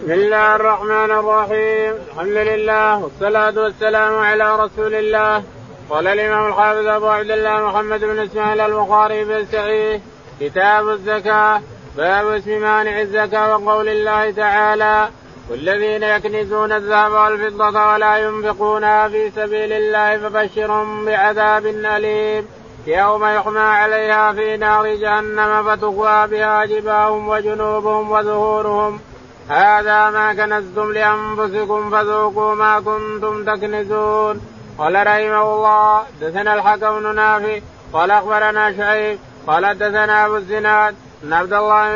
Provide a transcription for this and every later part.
بسم الله الرحمن الرحيم. الحمد لله والصلاة والسلام على رسول الله. قال الإمام الحافظ أبو عبد الله محمد بن إسماعيل البخاري في صحيح كتاب الزكاة باب اسم مانع الزكاة وقول الله تعالى والذين يكنزون الذهب والفضة ولا ينفقونها في سبيل الله فبشرهم بعذاب أليم يوم يحمى عليها في نار جهنم فتكوى بها جباههم وجنوبهم وظهورهم هذا ما كنزتم لأنفسكم فذوقوا ما كنتم تكنزون. قال رحمه الله حدثنا الحكم بن نافع قال أخبرنا شعيب قال حدثنا أبو الزناد أن عبد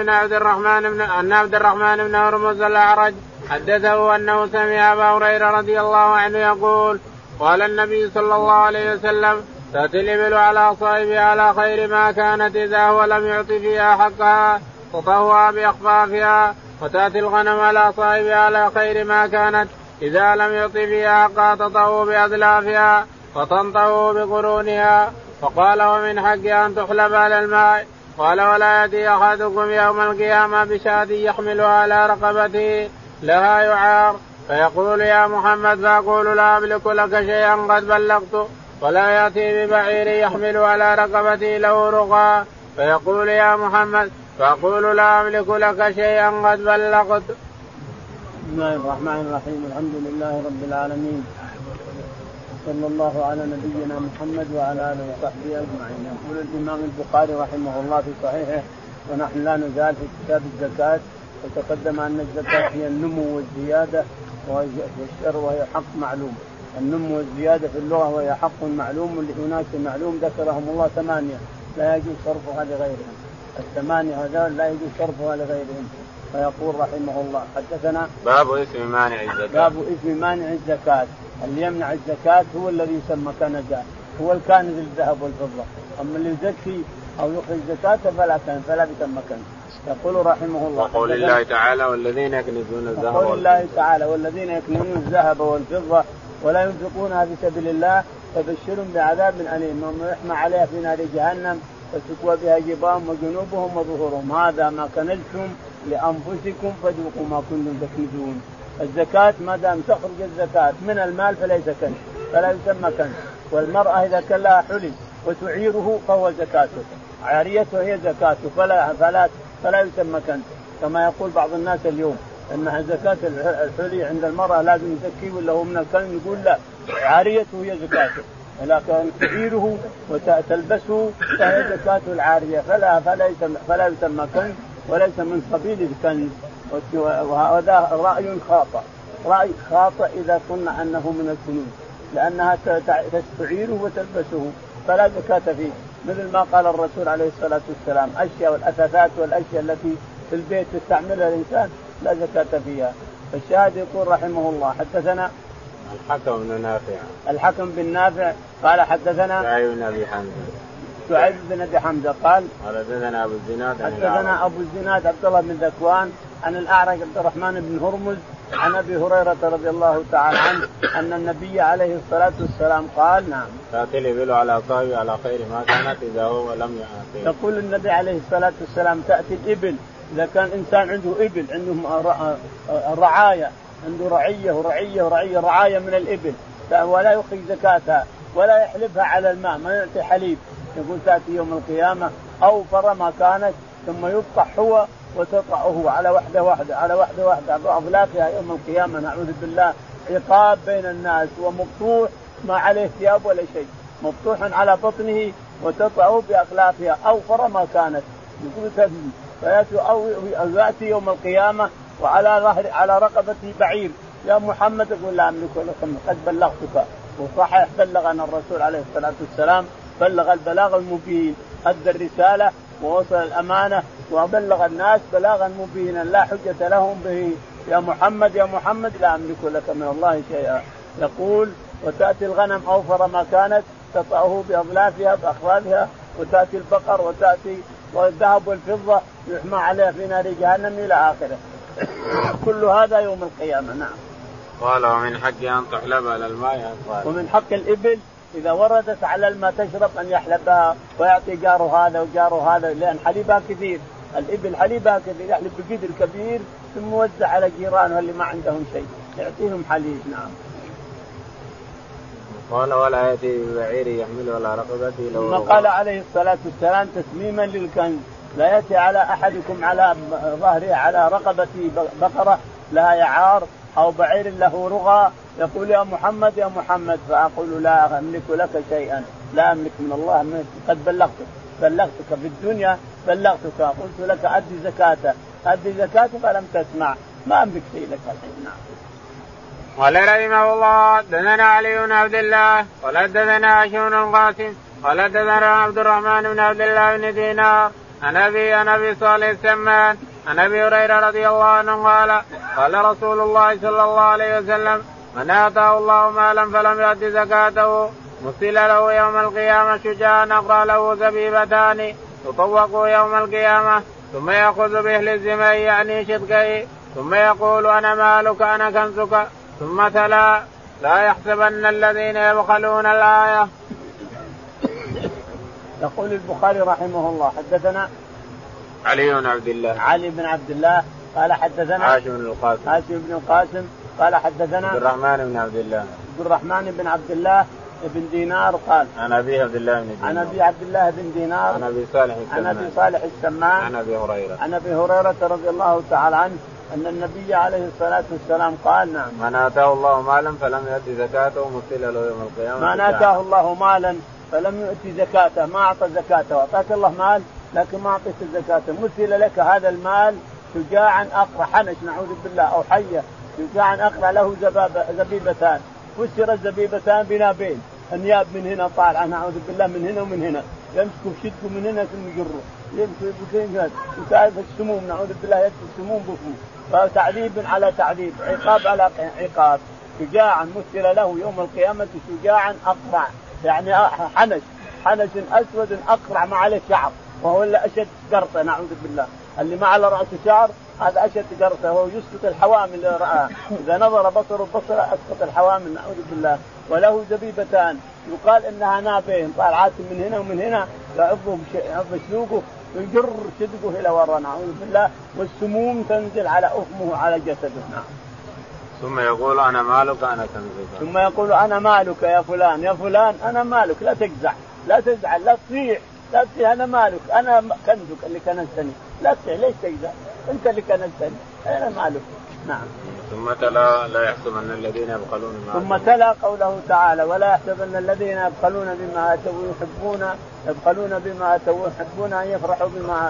الرحمن بن هرمز الأعرج حدثه أنه سمع أبا هريرة رضي الله عنه يقول قال النبي صلى الله عليه وسلم تأتي الإبل على صاحبها على خير ما كانت إذا هو لم يعط فيها حقها تطوى بأخفافها وتأتي الغنم على صاحبها على خير ما كانت إذا لم يعط فيها حقها تطوى بأذلافها وتنطوى بقرونها. فقال ومن حقها أن تحلب على الماء. قال ولا يأتي أحدكم يوم القيامة بشاة يحملها على رقبته لها يعار فيقول يا محمد فأقول لا أملك لك شيئا قد بلغت ولا يأتي ببعير يحمل على رقبته له رقى فيقول يا محمد فأقول لا أملك لك شيئا قد بلغت. بسم الله الرحمن الرحيم. الحمد لله رب العالمين صلى الله على نبينا محمد وعلى آله وصحبه أجمعين. يقول الإمام البخاري رحمه الله في صحيحه ونحن لا نزال في كتاب الزكاة وتقدم أن الزكاة هي النمو والزيادة والشر وهي حق معلوم. النمو والزيادة في اللغة وهي حق معلوم لأناس معلوم ذكرهم الله 8 لا يجوز صرفها لغيرهم. 8 هذول لا يجوز صرفها لغيرهم. فيقول رحمه الله حدثنا باب اسم مانع الزكاة. باب اسم مانع الزكاة. اللي يمنع الزكاة هو الذي يسمى كنزا هو الكانز الذهب والفضة. أما اللي يزكي أو يخرج زكاة فلا يسمى كنز. يقول رحمه الله وقول الله تعالى والذين يكنزون الذهب وقول الله تعالى والذين يكنزون الذهب والفضة ولا ينفقونها في سبيل الله فبشرهم بعذاب أليم يوم يحمى عليها في نار جهنم فتكوى بها جباههم وجنوبهم وظهورهم هذا ما كنزتم لأنفسكم فذوقوا ما كنتم تكنزون. الزكاة ما دام تخرج الزكاة من المال فليس كنز فلا يسمى كنز. والمرأة إذا كان لها حلي وتعيره فهو زكاته عاريته هي زكاته فلا يسمى كنز. كما يقول بعض الناس اليوم أنها زكاة الحلي عند المرأة لازم يزكي ولا هو من الكنز. يقول لا عاريته هي زكاته ولكن تعيره وتلبسه فهي زكاته العارية فلا يسمى كنز وليس من قبيل الكنز. وهذا رأي خاطئ إذا قلنا أنه من الكنوز لأنها تعيره وتلبسه فلا زكاة فيه. مثل ما قال الرسول عليه الصلاة والسلام أشياء والأثاثات والأشياء التي في البيت يستعملها الإنسان لا زكاة فيها. فالشاهد يقول رحمه الله حدثنا الحكم بن نافع قال حدثنا شعيب بن أبي حمزة قال حدثنا أبو الزناد عبد الله بن ذكوان عن الأعرج عبد الرحمن بن هرمز عن أبي هريرة رضي الله تعالى عنه أن النبي عليه الصلاة والسلام قال نعم تأتي الإبل على صاحبها على خير ما كانت إذا هو لم يأتي. يقول النبي عليه الصلاة والسلام تأتي الإبل إذا كان إنسان عنده إبل عنده رعاية عنده رعاية من الإبل ولا يخرج زكاتها ولا يحلبها على الماء ما يعطي حليب يقول تأتي يوم القيامة أوفر ما كانت ثم يبقى هو وتطعه على واحدة بأضلافها يوم القيامة نعوذ بالله عقاب بين الناس ومفتوح ما عليه ثياب ولا شيء مفتوح على بطنه وتطعه بأخلافها أوفر ما كانت يقول فيأتي يوم القيامة على رقبته بعير يا محمد يقول لا أملك لك قد بلغتك. وصحيح بلغنا الرسول عليه الصلاة والسلام بلغ البلاغ المبين أدى الرسالة ووصل الأمانة وبلغ الناس بلاغا مبينا لا حجة لهم به يا محمد لا أملك لك من الله شيئا. يقول وتأتي الغنم أوفر ما كانت تطأه بأضلافها بأخرادها وتأتي البقر وتأتي والذهب والفضة يحمى عليها في نار جهنم إلى آخره. كل هذا يوم القيامة. نعم. قال ومن حق أن تحلب على الماء. ومن حق الإبل إذا وردت على الماء تشرب أن يحلبها ويعطي جاره هذا وجاره هذا لأن حليبها كثير الإبل حليبها كذا يحلب بقدر كبير ثم يوزع على جيرانه اللي ما عندهم شيء يعطيهم حليب. نعم. قال ولا يأتي ببعير يحمله على رقبته ثم قال عليه الصلاة والسلام تسميما للكنز لا يأتي على أحدكم على ظهره على رقبته بقرة لها يعار أو بعير له رغى يقول يا محمد يا محمد فأقول لا أملك لك شيئا لا أملك من الله قد بلغتك في الدنيا بلغتك قلت لك أدي زكاته فلم تسمع ما أملك شيء لك الحين. نعم. قال رحمه الله دثنا علي بن عبد الله قال دثنا هشام بن قاسم قال دثنا عبد الرحمن بن عبد الله بن دينار عن أبي صالح السمان عن أبي هريرة رضي الله عنه قال رسول الله صلى الله عليه وسلم من آتاه الله مالا فلم يؤت زكاته مثل له يوم القيامة شجاعا أقرأ له زبيبتان يطوق يوم القيامة ثم يأخذ به للزمن يعني شدقه ثم يقول أنا مالك أنا كنزك ثم تلا لا يحسبن الذين يبخلون الآية. يقول البخاري رحمه الله حدثنا علي بن عبد الله قال حدثنا هاشم بن القاسم قال حدثنا عبد الرحمن بن عبد الله بن دينار قال عن أبي عبد الله بن دينار عن أبي صالح السمان عن أبي هريرة رضي الله تعالى عنه أن النبي عليه الصلاة والسلام قال نعم من آتاه الله مالا فلم يؤت زكاته مثل له يوم القيامة. من آتاه الله مالا فلم يؤت زكاته ما أعطى زكاته وأعطاك الله مال لكن ما أعطيت الزكاة مثل لك هذا المال شجاعا أقرع حنش نعوذ بالله أو حية شجاعا أقرع له زبيبتان فسر الزبيبتان بنابين أنياب من هنا طالعة نعوذ بالله من هنا ومن هنا يمسكوا بشدكم من هنا ثم يجروا يمسكوا يساعد السموم نعوذ بالله يدفع السموم بفمه فتعذيب على تعذيب عقاب على عقاب شجاعا مثل له يوم القيامة شجاعا أقرع يعني حنش أسود أقرع ما عليه شعر وهو اللي أشد قرطة نعوذ بالله اللي ما على رأسه شعر هذا أشد قرطة وهو يسقط الحوامل اللي رآه إذا نظر بصره أسقط الحوامل نعوذ بالله. وله زبيبتان يقال إنها نابين طالعات من هنا ومن هنا يعض سلوقه ويجر شدقه إلى وراء نعوذ بالله والسموم تنزل على أفمه على جسده. نعم. ثم يقول أنا مالك أنا كنزك ثم يقول أنا مالك يا فلان أنا مالك لا تجزع لا تزعل لا تطيع أنا مالك أنا كنزك اللي كنزتني لا تطيع ليش تجزع أنت اللي كنزتني أنا مالك. نعم. ثم تلا لا يحسبن الذين يبخلون ثم تلا قوله تعالى ولا يحسبن الذين يبخلون بما أتوا يبخلون بما أتوا يحبون أن يفرحوا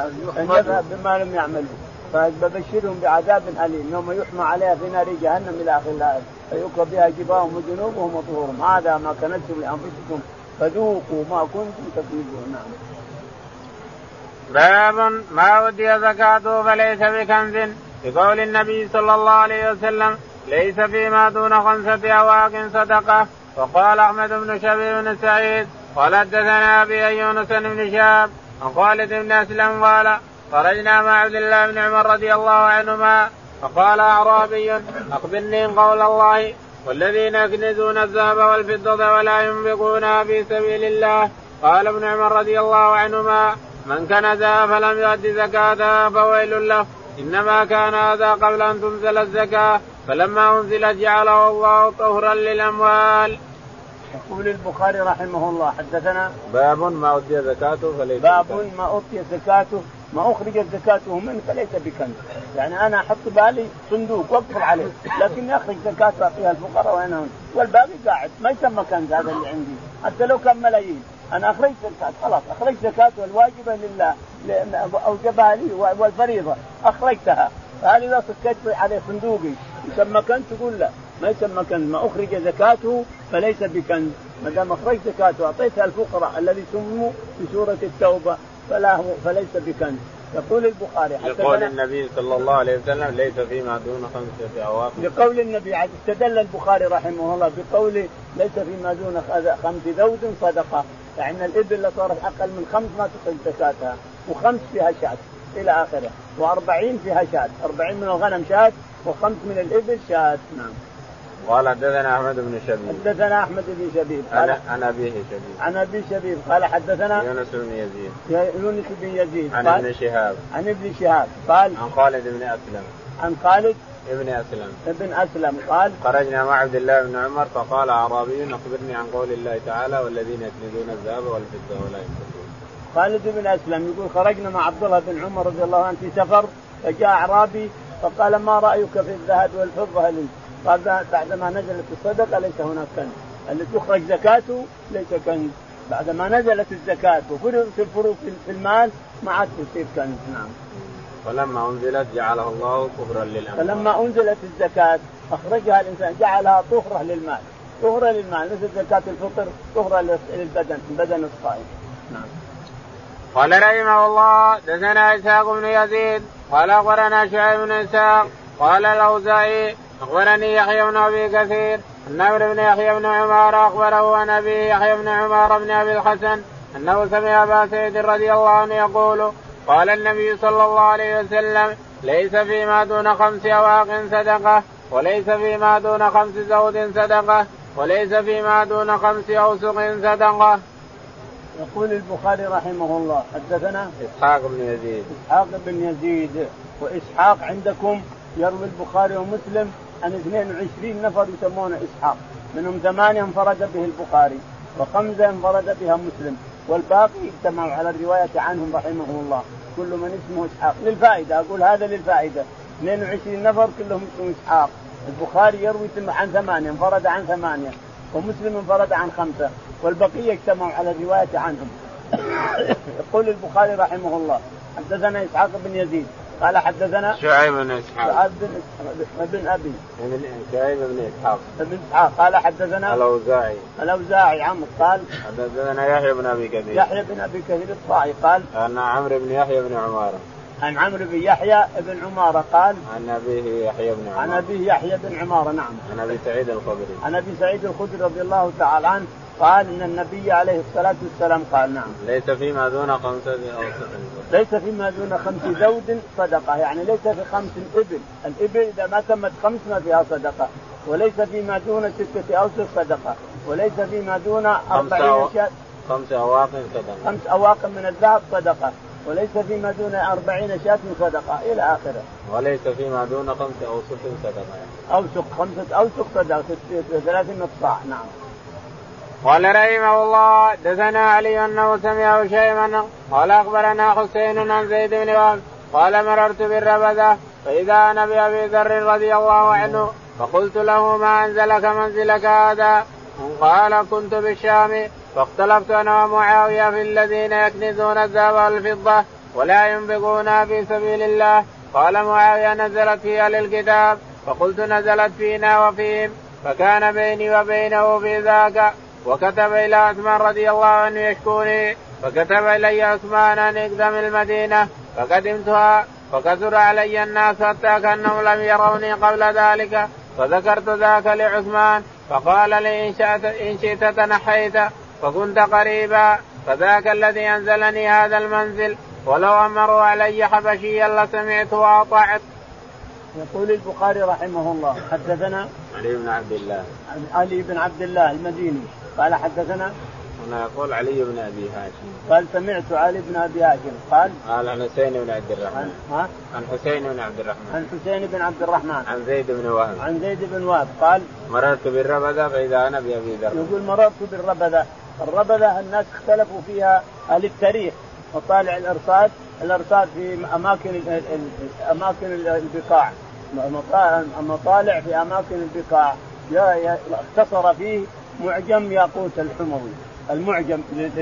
بما لم يعملوا فبشرهم بعذاب أليم يوم يحمى عليها في نار جهنم إلى آخر الآية فيوقى بها جباههم وجنوبهم وظهورهم هذا ما كنتم لأنفسكم فذوقوا ما كنتم تكذبون. نعم. باب ما ودي زكاته فليس بكنز بقول النبي صلى الله عليه وسلم ليس فيما دون 5 أواق صدقة. وقال أحمد بن شبيب بن سعيد قال حدثنا أبي يونس بن شهاب عن خالد بن أسلم قال خرجنا مع عبد الله بن عمر رضي الله عنهما فقال أعرابي أخبرني قول الله والذين يكنزون الذهب والفضة ولا ينفقونها في سبيل الله. قال ابن عمر رضي الله عنهما من كنزها فلم يؤد زكاتها فويل له إنما كان هذا قبل أن تنزل الزكاة فلما أنزلت جعله الله طهرا للأموال. يقول البخاري رحمه الله حدثنا باب ما أوتي زكاته فليس باب ما أوتي زكاته ما أخرجت زكاته منه فليس بكنز يعني أنا أحط بالي صندوق وأقفل عليه لكن أخرج زكاة فيها الفقراء وأنا والباقي قاعد ما يسمى كنز هذا اللي عندي حتى لو كان ملايين أنا أخرج زكاة خلاص أخرج زكاته الواجبة لله أوجبها لي والفريضة أخرجتها فهل إذا سكت عليه صندوقي يسمى كنز تقول لا ما يسمى كنز ما أخرج زكاته فليس بكنز ما دام أخرج زكاته أعطيتها الفقراء الذي سموا في سورة التوبة فليس بكنز. يقول البخاري يقول النبي صلى الله عليه وسلم ليس فيما دون 5 أواق لقول النبي استدل البخاري رحمه الله بقول ليس فيما دون 5 ذود صدقة يعني الإبل اللي صارت أقل من 5 ما تخرج زكاتها و5 فيها شاة إلى آخره و40 فيها شاة 40 من الغنم شاة و5 من الإبل شاة. نعم. قال حدثنا أحمد بن شبيب. حدثنا أحمد بن شبيب. عن أبيه شبيب. عن أبي شبيب قال حدثنا يونس بن يزيد. يونس بن يزيد. عن ابن شهاب. عن ابن شهاب قال. عن خالد بن أسلم. عن خالد ابن أسلم قال. خرجنا مع عبد الله بن عمر فقال أعرابي أخبرني عن قول الله تعالى والذين يكنزون الذهب والفضة ولا ينفقون. خالد بن أسلم يقول خرجنا مع عبد الله بن عمر رضي الله عنه في سفر فجاء أعرابي فقال ما رأيك في الذهب والفضة لي؟ قال بعدما نزلت الصدقة ليس هناك كنز، اللي تخرج زكاته ليس كنز، بعدما نزلت الزكاة وفرضت الفروض في المال ما عاد تصير كنز. نعم. فلما أنزلت جعله الله طهرا للأموال. فلما أنزلت الزكاة أخرجها الإنسان جعلها طهرة للمال، طهرة للمال مثل زكاة الفطر طهرة للبدن، بدن الصائم. نعم. قال رحمه الله دثنا إسحاق بن يزيد قال أخبرنا شعيب بن إسحاق قال الأوزاعي أخبرني يحيى بن أبي كثير أن عمرو بن يحيى بن عمار أخبره عن أبي يحيى بن عمار بن أبي الحسن أنه سمع أبا سعيد رضي الله عنه يقول قال النبي صلى الله عليه وسلم ليس فيما دون 5 أواق صدقة وليس فيما دون 5 زود صدقة وليس فيما دون 5 أوسق صدقة. يقول البخاري رحمه الله حدثنا إسحاق بن يزيد. وإسحاق عندكم يروي البخاري ومسلم عن 22 نفر يسمونه إسحاق، منهم 8 انفرد به البخاري و5 انفرد بها مسلم، والباقي اجتمعوا على الرواية عنهم رحمهم الله، كل من اسمه إسحاق. للفائدة أقول هذا للفائدة، 22 نفر كلهم اسمه إسحاق. البخاري يروي عن 8 انفرد عن 8 ومسلم انفرد عن 5 والبقية اجتمعوا على الرواية عنهم. يقول البخاري رحمه الله حدثنا إسحاق بن يزيد قال حدثنا شعيب بن إسحاق بن أبي شعيب بن إسحاق قال حدثنا الأوزاعي عمرو قال حدثنا يحيى بن أبي كثير الطائي قال أن عمرو بن يحيى بن عمارة عن عمرو بن يحيى بن عمارة قال عن أبيه يحيى بن عمارة نعم عن أبي سعيد الخدري رضي الله تعالى عنه قال إن النبي عليه الصلاة والسلام قال نعم ليس فيما دون 5 زود صدقة، يعني ليس في 5 إبل، الإبل إذا ما تمت 5 ما فيها صدقة، وليس فيما دون 6 أوسق صدقة، وليس فيما دون 40 شاة 5 أواق صدقة، 5 أواق من الذهب صدقة، وليس فيما دون 40 شاة صدقة إلى آخره، وليس فيما دون 5 أوسق صدقة، 5 أوسق صدقة 30 صاع. نعم. قال رحمه الله دثنا علي أنه سمع شيئا قال أخبرنا حسين عن زيد بن وهب قال مررت بالربذة فإذا أنا بأبي ذر رضي الله عنه فقلت له ما أنزلك منزلك هذا؟ قال كنت بالشام فاختلفت أنا ومعاوية في الذين يكنزون الذهب والفضة ولا ينفقونها في سبيل الله. قال معاوية نزلت في أهل الكتاب، فقلت نزلت فينا وفيهم، فكان بيني وبينه في ذاك. وكتب إلى عثمان رضي الله عنه يشكوني، فكتب إلي عثمان أن اقدم المدينة، فقدمتها فكثر علي الناس حتى كأنهم لم يروني قبل ذلك، فذكرت ذاك لعثمان فقال لي إن شئت تنحيت فكنت قريبا، فذاك الذي أنزلني هذا المنزل، ولو أمروا علي حبشيا لسمعت وأطعت. يقول البخاري رحمه الله حدثنا علي بن عبد الله المديني قال حدثنا هنا يقول علي بن أبي هاشم قال سمعت علي بن أبي هاشم قال عن حسين بن عبد الرحمن عن حسين بن عبد الرحمن عن زيد بن وهب قال مررت بالربذة فإذا أنا بأبي ذر. يقول مررت بالربذة. الربذة الناس اختلفوا فيها أهل التاريخ وطالع الأرصاد في أماكن البقاع، مطالع في أماكن البقاع اختصر فيه معجم ياقوت الحموي، المعجم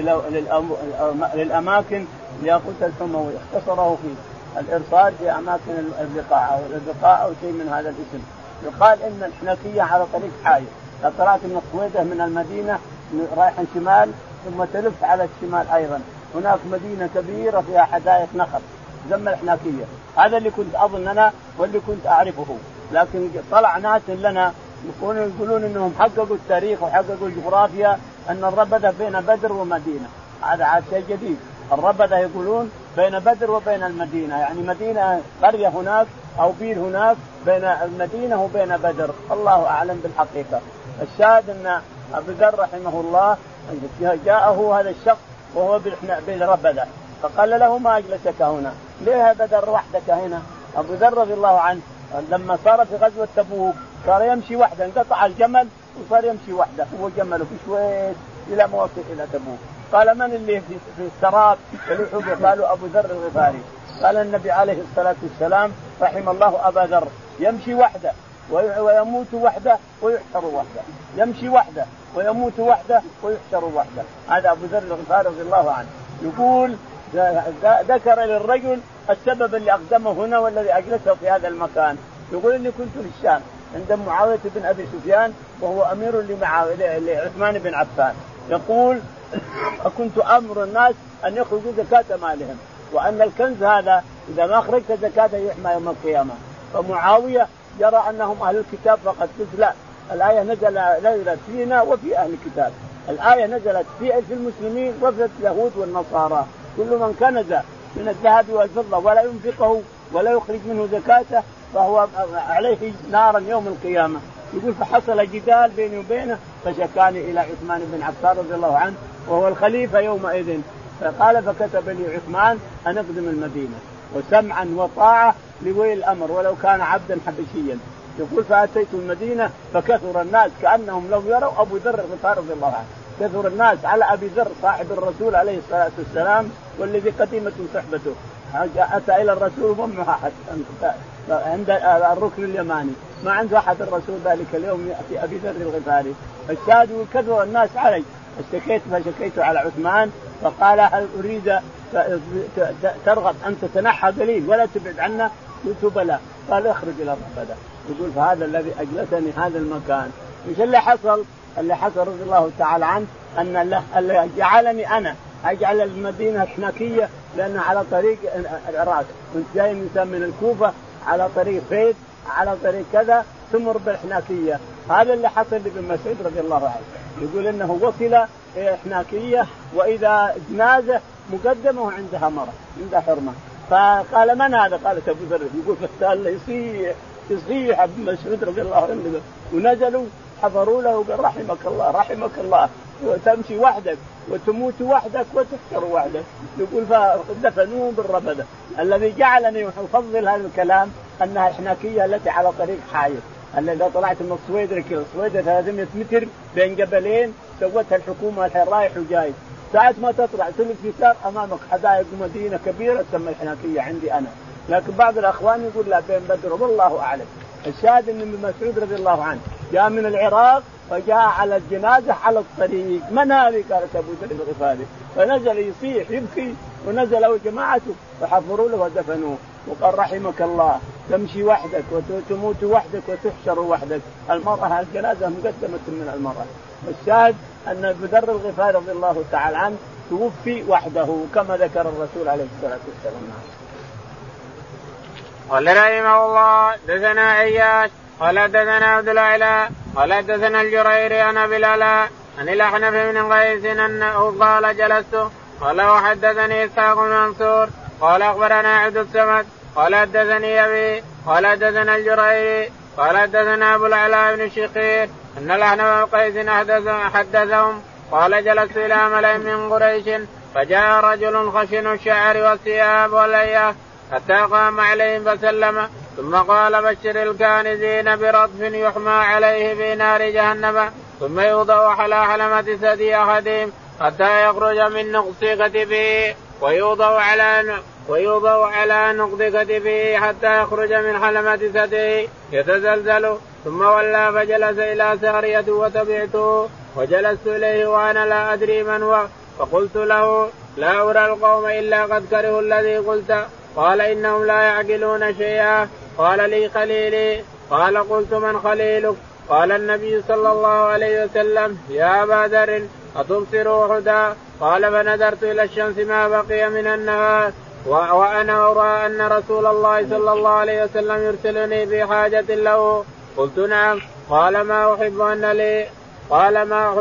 للأماكن ياقوت الحموي اختصره فيه الإرصاد في أماكن البقاع أو شيء من هذا الاسم. يقال إن الحنفية على طريق حائل، لو طلعت من الصويدة من المدينة رايحا شمال ثم تلف على الشمال أيضا هناك مدينة كبيرة فيها حدائق نخل تسمى الحنفية. هذا اللي كنت أظن أنا واللي كنت أعرفه، لكن طلع ناس لنا يقولون إنهم حققوا التاريخ وحققوا الجغرافيا أن الربذة بين بدر ومدينة. هذا عاد شيء جديد. الربذة يقولون بين بدر وبين المدينة، يعني مدينة قرية هناك أو بير هناك بين المدينة وبين بدر، الله أعلم بالحقيقة. الشاهد أن أبو ذر رحمه الله جاءه هذا الشخص وهو بالربذة، فقال له ما أجلسك هنا؟ ليه بدر وحدك هنا؟ أبو ذر رضي الله عنه لما صار في غزوة تبوك صار يمشي وحده، انقطع الجمل وصار يمشي وحده هو جمله في شوية إلى ما وصل إلى تبوك. قال من اللي في السراب فلحوه؟ قالوا أبو ذر الغفاري. قال النبي عليه الصلاة والسلام رحم الله أبا ذر يمشي وحده ويموت وحده ويحشر وحده، يمشي وحده ويموت وحده ويحشر وحده. هذا أبو ذر الغفاري رضي الله عنه. يقول ذكر للرجل السبب اللي أقدمه هنا والذي أجلسه في هذا المكان. يقول إني كنت في الشام عند معاوية بن أبي سفيان وهو أمير لعثمان بن عفان. يقول كنت أمر الناس أن يخرجوا زكاة مالهم، وأن الكنز هذا إذا ما أخرجت زكاة يحمى يوم القيامة. فمعاوية يرى أنهم أهل الكتاب فقد قلت لا، الآية نزلت فينا وفي أهل الكتاب. الآية نزلت في المسلمين وفي اليهود والنصارى. كل من كنز من الذهب والفضة ولا ينفقه ولا يخرج منه زكاته فهو عليه نارا يوم القيامة. يقول فحصل جدال بيني وبينه فشكاني إلى عثمان بن عفان رضي الله عنه وهو الخليفة يومئذ، فقال فكتب لي عثمان أن أقدم المدينة وسمعا وطاعة لولي الأمر ولو كان عبدا حبشيا. يقول فأتيت المدينة فكثر الناس كأنهم لو يروا أبو ذر الغفاري رضي الله عنه. كثر الناس على أبي ذر صاحب الرسول عليه الصلاة والسلام والذي قديمة صحبته. أتى إلى الرسول ومعه عند الركن اليماني، ما عنده أحد الرسول ذلك اليوم يأتي أبي ذر الغفاري. الشاهد كثر الناس علي فشكيت على عثمان فقال هل أريد ترغب أن تتنحى قليل ولا تبعد عنا؟ قلت بلى. قال اخرج إلى الربذة. يقول فهذا الذي أجلسني هذا المكان. مش اللي حصل رضي الله تعالى عنه أن اللي جعلني أنا أجعل المدينة حنكية لأنها على طريق العراق، كنت جاي من الكوفة على طريق فيد على طريق كذا تمر بالحناكية. هذا اللي حصل لابن مسعود رضي الله عنه. يقول إنه وصل إلى حناكية وإذا جنازة مقدمة عندها مرة عندها حرمة. فقال من هذا؟ قالت أبو ذر. يقول فاستهل يصيح ابن مسعود رضي الله عنه ونزلوا حضروا له وقال رحمك الله وتمشي وحدك وتموت وحدك وتحشر وحدك. يقول فدفنوه بالربذة. الذي جعلني أفضل هذا الكلام أنها الحناكية التي على طريق حائط، الذي طلعت من الصويدر كذا الصويدر 300 متر بين جبلين سوتها الحكومة الحين رايح وجاي. ساعة ما تطلع ثلث يسار أمامك حدائق مدينة كبيرة تسمى الحناكية عندي أنا. لكن بعض الأخوان يقول لا بين بدر والله أعلم. الشاهد أن ابن مسعود رضي الله عنه جاء من العراق فجاء على الجنازة على الطريق. من هذه؟ قالت أبو ذر الغفاري. فنزل يصيح يبكي ونزلوا جماعته فحفروا له ودفنوه وقال رحمك الله تمشي وحدك وتموت وحدك وتحشر وحدك. المرأة الجنازة مقدمة من المرأة. الشاهد أن أبو ذر الغفاري رضي الله تعالى عنه توفي وحده كما ذكر الرسول عليه الصلاة والسلام. قال رحمه الله دثنا عياش قال دثنا عبد الأعلى قال دثنا الجريري عن أبي العلاء عن الأحنف بن قيس أنه قال جلست قال وحدثني إسحاق بن منصور قال أخبرنا عبد الصمد قال حدثني أبي قال حدثنا الجريري قال حدثنا أبو العلاء بن الشخير أن الأحنف بن قيس حدثهم قال جلست إلى ملأ من قريش فجاء رجل خشن الشعر والثياب والأياف حتى قام عليهم فسلم ثم قال بشر الكانزين برطف يحمى عليه في نار جهنم ثم يوضع على حلمة ثدي أحدهم حتى يخرج من نقص كتفه ويوضع على نقض كتفه حتى يخرج من حلمة ثديه يتزلزل ثم ولى فجلس إلى سارية وتبعته وجلست إليه وأنا لا أدري من هو فقلت له لا أرى القوم إلا قد كرهوا الذي قلت. قال إنهم لا يعقلون شيئا. قال لي خليلي. قال قلت من خليلك؟ قال النبي صلى الله عليه وسلم يا أبا ذر أتبصر أحدا؟ قال فنظرت إلى الشمس ما بقي من النهار وأنا أرى أن رسول الله صلى الله عليه وسلم يرسلني في حاجة له. قلت نعم. قال ما أحب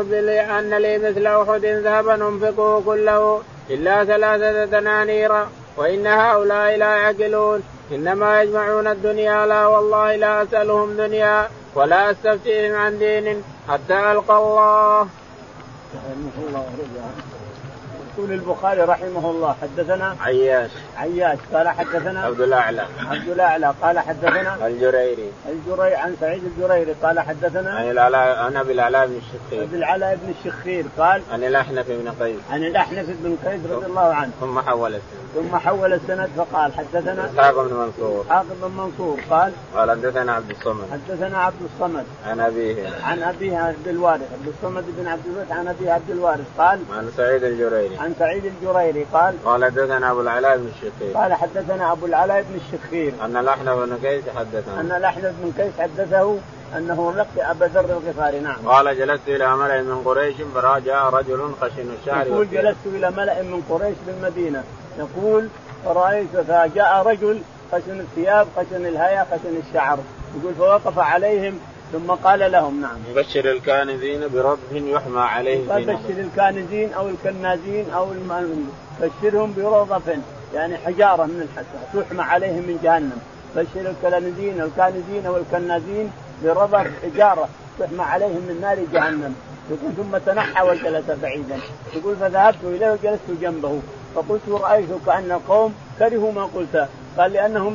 أن لي مثل أحد ذهبا أنفقه كله إلا 3 دنانير وإن هؤلاء لا يعقلون إنما يجمعون الدنيا لا والله لا أسألهم دنيا ولا أستفتيهم عن دين حتى ألقى الله. يقول البخاري رحمه الله حدثنا عياش قال حدثنا عبد الأعلى قال حدثنا الجريري عن سعيد الجريري قال حدثنا عن أبي العلاء بن الشخير قال عن الأحنف بن قيس رضي الله عنه ثم حول السند فقال حدثنا إسحاق بن منصور قال حدثنا عبد الصمد عن أبيه عبد الوارث عبد الصمد بن عبد الوارث عن أبيه عبد الوارث قال عن سعيد الجريري قال حدثنا أبو العلاء بن الشخير قال حدثنا أبو العلاء بن الشخير أن الأحنف بن قيس حدثه أنه لقي أبا ذر الغفاري. نعم. قال جلست إلى ملأ من قريش فراجع رجل خشن الشعر. يقول جلست إلى ملأ من قريش بالمدينة يقول فرأيت فجاء رجل خشن الثياب خشن الهيئة خشن الشعر يقول فوقف عليهم ثم قال لهم نعم بشر الكانزين برب يحمى عليه بشر الكانزين أو الكنازين أو بشرهم برضف يعني حجارة من الحسن تحمى عليهم من جهنم. بشر الكانزين والكنازين برضف حجارة تحمى عليهم من نار جهنم. يقول ثم تنحى وجلس بعيدا. يقول فذهبت إليه وجلست جنبه فقلت رأيت كأن القوم كرهوا ما قلت. قال لأنهم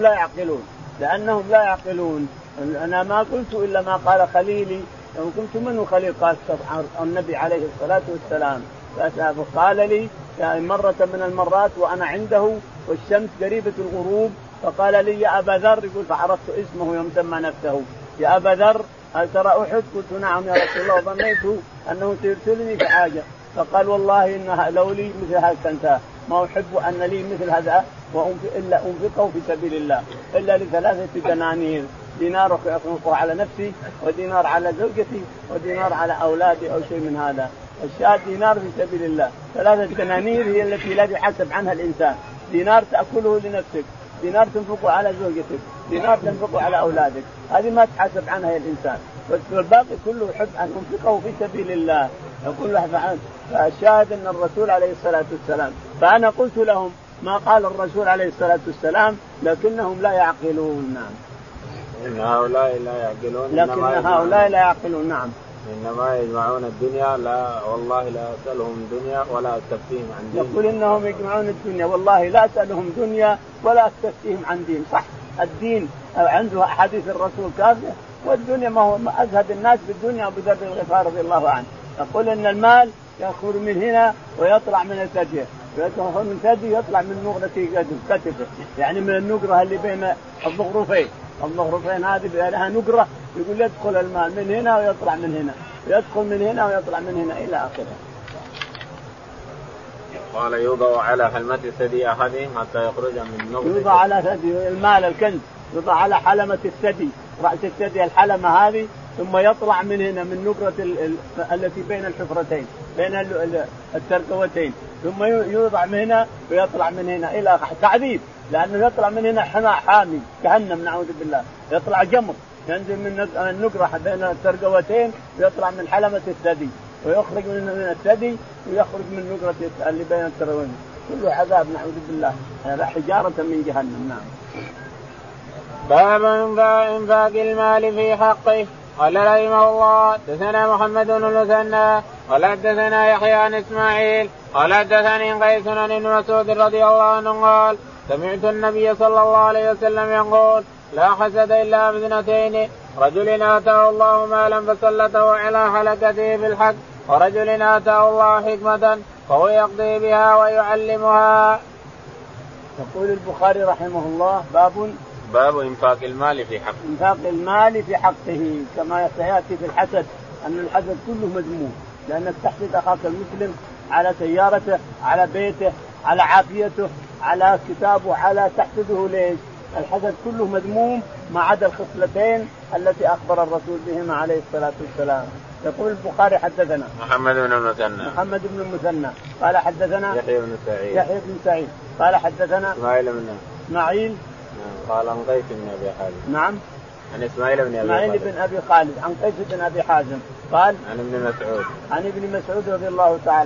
لا يعقلون أنا ما قلت إلا ما قال خليلي. لو قلت منه خليل قال النبي عليه الصلاة والسلام. فقال لي مرة من المرات وأنا عنده والشمس قريبة الغروب فقال لي يا أبا ذر يقول فعرفت اسمه يوم سمى نفسه يا أبا ذر هل ترى أحد؟ قلت نعم يا رسول الله وظنيت أنه سيرسلني في حاجة. فقال والله إنها لو لي مثل هذا كنت ما أحب أن لي مثل هذا إلا أنفقه في سبيل الله إلا ل3 دنانير دينار أنفقه على نفسي ودينار على زوجتي ودينار على أولادي أو شيء من هذا. الشاهد دينار في سبيل الله 3 دنانير هي التي لا يحاسب عنها الإنسان. دينار تأكله لنفسك دينار تنفقه على زوجتك دينار تنفقه على أولادك هذه ما تحاسب عنها الإنسان. والباقي كله يحب أن ينفقه في سبيل الله يقول له فالشاهد أن الرسول عليه الصلاة والسلام. فأنا قلت لهم ما قال الرسول عليه الصلاة والسلام لكنهم لا يعقلون. نعم. إن هؤلاء لا يعقلون. نعم. إنما يجمعون الدنيا لا والله لا أسألهم دنيا ولا أستفتيهم عن دين. يقول إنهم يجمعون الدنيا والله لا أسألهم دنيا ولا أستفتيهم عن دين. صح الدين عنده أحاديث الرسول كافية والدنيا ما هو أزهد الناس بالدنيا أبو ذر الغفاري رضي الله عنه يقول إن المال يخرج من هنا ويطلع من الثدي ويدخل من ثدي يطلع من نقرة كتفه يعني من النقرة اللي بين الظهرفين هذه لها نقرة يقول يدخل المال من هنا ويطلع من هنا ويدخل من هنا ويطلع من هنا إلى آخره. قال يوضع على حلمة الثدي أحدهم حتى يخرج من نقرة. يوضع على ثدي المال الكنز يوضع على حلمة الثدي رأس الثدي الحلمة هذه ثم يطلع من هنا من نقرة التي بين الحفرتين بين الترقوتين ثم يوضع من هنا ويطلع من هنا إلى تعذيب لأنه يطلع من هنا حامي جهنم نعوذ بالله يطلع جمر ينزل من النقرة بين الترقوتين ويطلع من حلمة الثدي ويخرج من الثدي ويخرج من نقرة اللي بين الترقوتين كله عذاب نعوذ بالله حجارة من جهنم. نعم. باب إنفاق المال في حقه. قال رحمه الله حدثنا محمد بن المثنى قال حدثنا يحيى عن إسماعيل قال حدثني قيس عن ابن مسعود رضي الله عنه قال سمعت النبي صلى الله عليه وسلم يقول لا حسد إلا باثنتين رجل آتاه الله مالا فسلطه على حلقته بالحق ورجل آتاه الله حكمة فهو يقضي بها ويعلمها. يقول البخاري رحمه الله باب إنفاق المال في حقه. إنفاق المال في حقه كما سيأتي في الحسد أن الحسد كله مذموم لأنك تحسد أخاك المسلم على سيارته على بيته على عافيته على كتابه على تحسده ليش؟ الحسد كله مذموم ما عدا الخصلتين التي أخبر الرسول بهما عليه الصلاة والسلام. يقول البخاري حدثنا محمد بن المثنى قال حدثنا يحيى بن سعيد قال حدثنا إسماعيل قال عن قيس بن أبي حازم. نعم. عن إسماعيل بن أبي خالد عن قيس بن أبي حازم قال عن ابن مسعود رضي الله تعالى عنه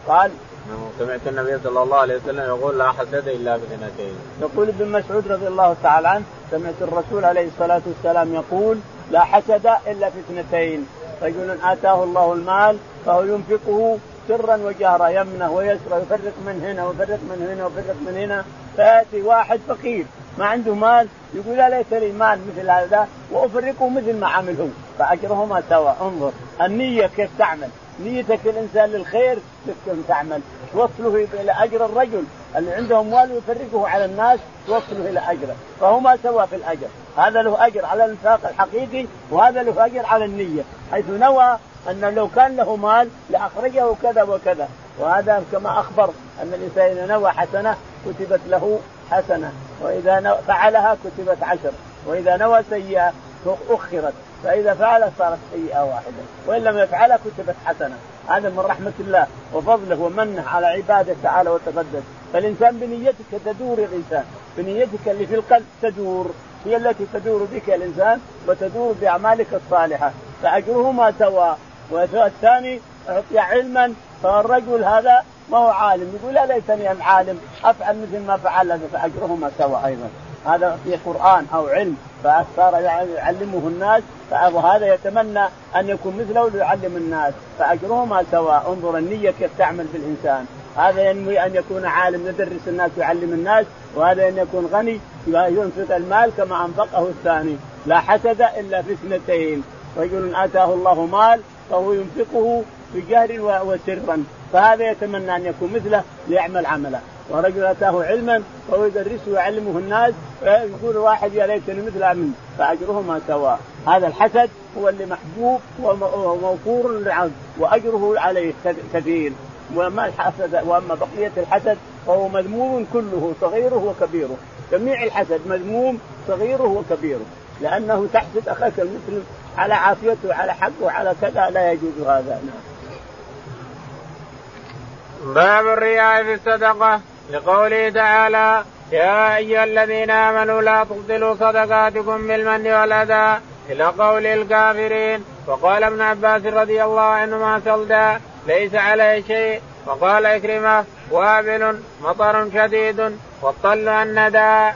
قال سمعت النبي صلى الله عليه وسلم يقول لا حسد إلا باثنتين. يقول ابن مسعود رضي الله تعالى عنه سمعت الرسول عليه الصلاة والسلام يقول لا حسد إلا في اثنتين: رجل آتاه الله المال فهو ينفقه سرا وجهرا، يمنه ويسرا، يفرق من هنا ويفرق من هنا ويفرق من هنا، فيأتي واحد فقير ما عنده مال يقول لا ليس لي مال مثل هذا وأفرقه مثل ما عمله، فأجرهما سواء. انظر النية كيف تعمل، نيتك الإنسان للخير كيف تعمل، توصله إلى أجر الرجل اللي عنده أموال ويفرقه على الناس توصله إلى أجره، فهما سوا في الأجر. هذا له أجر على الإنفاق الحقيقي وهذا له أجر على النية، حيث نوى أن لو كان له مال لأخرجه كذا وكذا. وهذا كما أخبر أن الإنسان إذا نوى حسنة كتبت له حسنة، وإذا فعلها كتبت 10، وإذا نوى سيئة أخرت، فإذا فعل صارت سيئة واحدة، وإن لم يفعلها كتبت حسنة. هذا من رحمة الله وفضله ومنه على عباده تعالى وتقدس. فالإنسان بنيتك تدور، الإنسان بنيتك اللي في القلب تدور، هي التي تدور بك الإنسان وتدور بأعمالك الصالحة، فأجرهما سواء. والثاني أعطي علما، فالرجل هذا ما هو عالم يقول لا ليتني أنا عالم أفعل مثل ما فعل هذا، فأجرهما سواء أيضا. هذا في قرآن أو علم فصار يعلمه الناس، وهذا يتمنى أن يكون مثله ليعلم الناس، فأجرهما سواء. انظر النية كيف تعمل في الإنسان، هذا ينوي أن يكون عالم يدرس الناس ويعلم الناس، وهذا أن يكون غني ينفق المال كما أنفقه الثاني. لا حسد إلا في اثنتين: رجل آتاه الله مال فهو ينفقه بجهر وسرا، فهذا يتمنى أن يكون مثله ليعمل عمله. ورجل آتاه علما فهو يدرسه ويعلمه الناس، يقول واحد يا ليتني مثل منه، فأجرهما سواء. هذا الحسد هو اللي محبوب وموفور للعبد وأجره عليه كثير. وما الحسد، وأما بقية الحسد فهو مذموم كله صغيره وكبيره. جميع الحسد مذموم صغيره وكبيره، لأنه تحسد أخاك المسلم على عافيته على حقه على كذا، لا يجوز هذا. باب الرياء في الصدقة، لقوله تعالى: يا أيها الذين آمنوا لا تبطلوا صدقاتكم بالمن والأذى، إلى قول الكافرين. وقال ابن عباس رضي الله عنهما: صلدا ليس عليه شيء. وقال إكرمة: وابل مطر شديد والطل الندى.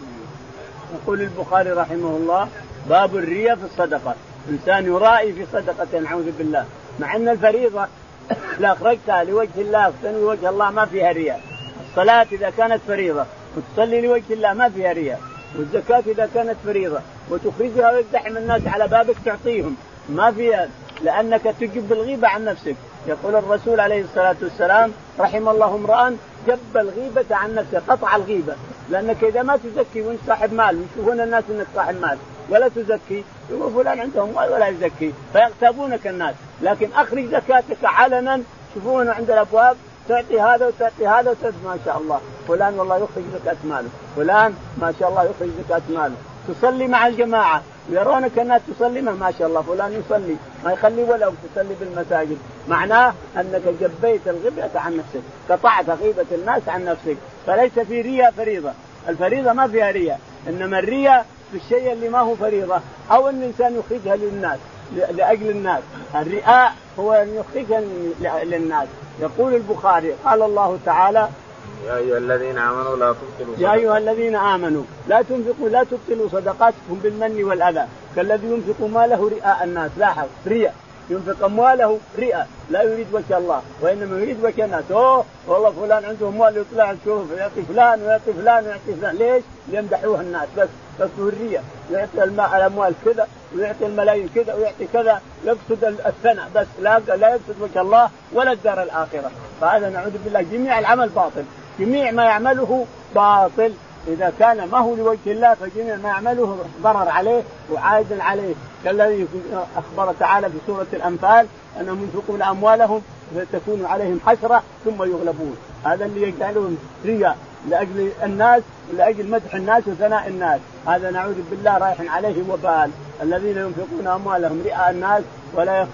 يقول البخاري رحمه الله: باب الرياء في الصدقة. إنسان يرائي في صدقة نعوذ بالله، مع أن الفريضة لا أخرجتها لوجه الله وتنوي وجه الله ما فيها رياء. الصلاة إذا كانت فريضة وتصلي لوجه الله ما فيها رياء، والزكاة إذا كانت فريضة وتخرجها ويزدحم الناس على بابك تعطيهم ما فيها، لأنك تجب الغيبة عن نفسك. يقول الرسول عليه الصلاة والسلام: رحم الله امرأ جب الغيبة عن نفسه، قطع الغيبة. لأنك إذا ما تزكي وانت صاحب مال يشوفون الناس انك صاحب مال ولا تزكي، يقول فلان عندهم مال ولا يزكي فيغتابونك الناس. لكن أخرج زكاتك علنا، يشوفون عند الأبواب تعطي هذا وتعطي هذا وتعطي، ما شاء الله فلان والله يخرج زكاة ماله، فلان ما شاء الله يخرج زكاة ماله. تصلي مع الجماعة يرونك الناس تصلي، ما شاء الله فلان يصلي، ما يخلي ولا تصلي بالمساجد. معناه أنك جبيت الغيبة عن نفسك، قطعت غيبة الناس عن نفسك. فليس في رياء فريضة، الفريضة ما فيها رياء، إنما الرياء في الشيء اللي ما هو فريضة أو أن الإنسان يخرجها للناس لأجل الناس. الرياء هو أن يخرجها للناس. يقول البخاري: قال الله تعالى: يا أيها الذين آمنوا لا تبطلوا يا أيها الذين آمنوا لا تنفقوا لا تبطلوا صدقاتكم بالمن والأذى كالذي ينفق ماله رئاء الناس. لاحظ، رياء، ينفق أمواله رئاء، لا يريد وجه الله وإنما يريد وجه الناس. والله فلان عنده أموال يطلع يشوف يعطي فلان ويعطي فلان ويعطي فلان، ليش؟ ليمدحوه الناس بس هو الرياء. يعطي الأموال كذا ويعطي الملايين كذا ويعطي كذا، يقصد الثناء بس، لا يقصد وجه الله ولا الدار الآخرة. فهذا نعوذ بالله جميع العمل باطل، جميع ما يعمله باطل. إذا كان ما هو لوجه الله فجميع ما يعمله ضرر عليه وعائد عليه، كالذي أخبر تعالى في سورة الأنفال أنهم ينفقون أموالهم فتكون عليهم حسرة ثم يغلبون. هذا اللي يجعلهم رياء لأجل الناس ولأجل مدح الناس وثناء الناس. هذا نعوذ بالله رايح عليه وبال. الذين ينفقون أموالهم رئاء الناس ولا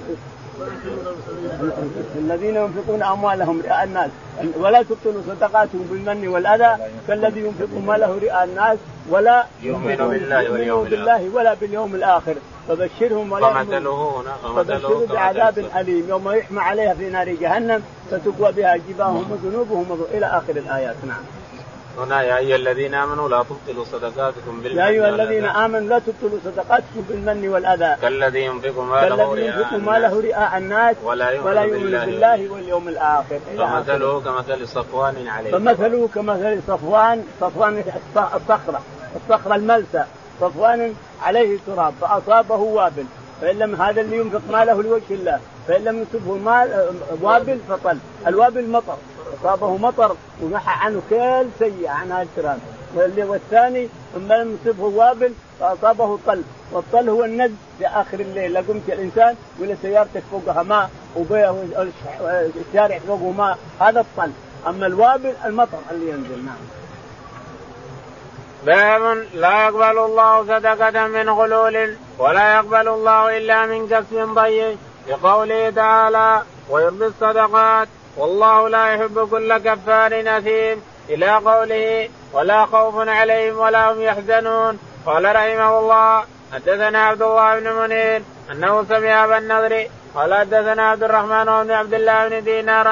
الذين ينفقون أموالهم رئاء الناس ولا تبطلوا صدقاتهم بالمن والأذى كالذي ينفق ماله رئاء الناس ولا يؤمن بالله ولا باليوم الآخر فبشرهم فبشروا بعذاب أليم يوم يحمى عليها في نار جهنم فتكوى بها جباههم وجنوبهم إلى آخر الآيات. نعم. هنا يا أيها الذين آمنوا لا تبطلوا صدقاتكم بالمن يا أيها الذين آمنوا لا تبطلوا صدقاتكم بالمن والأذى كالذي ينفق ماله رئاء الناس ولا يؤمن بالله واليوم الآخر. فمثله كمثل صفوان عليه صفوان الصخرة الملسى صفوان عليه تراب فأصابه وابل فإن لم هذا اللي ينفق ماله لوجه الله فإن لم يصبه المال وابل فطل الوابل مطر أصابه مطر ومحى عنه كل سيء عن هذا التراب. والثاني أما لم يصبه وابل فأصابه طل والطل هو النز في آخر الليل لقمت الإنسان ولا سيارتك فوقها ماء والشارع فوقه ماء هذا الطل. أما الوابل المطر اللي ينزل. نعم. باب لا يقبل الله صدقة من غلول ولا يقبل الله إلا من كسب طيب لقوله تعالى ويربي الصدقات والله لا يحب كل كفار أثيم إلى قوله ولا خوف عليهم ولا هم يحزنون. قال رحمه الله حدثنا عبد الله بن منير أنه سمع أبا النضر قال حدثنا عبد الرحمن بن عبد الله بن دينار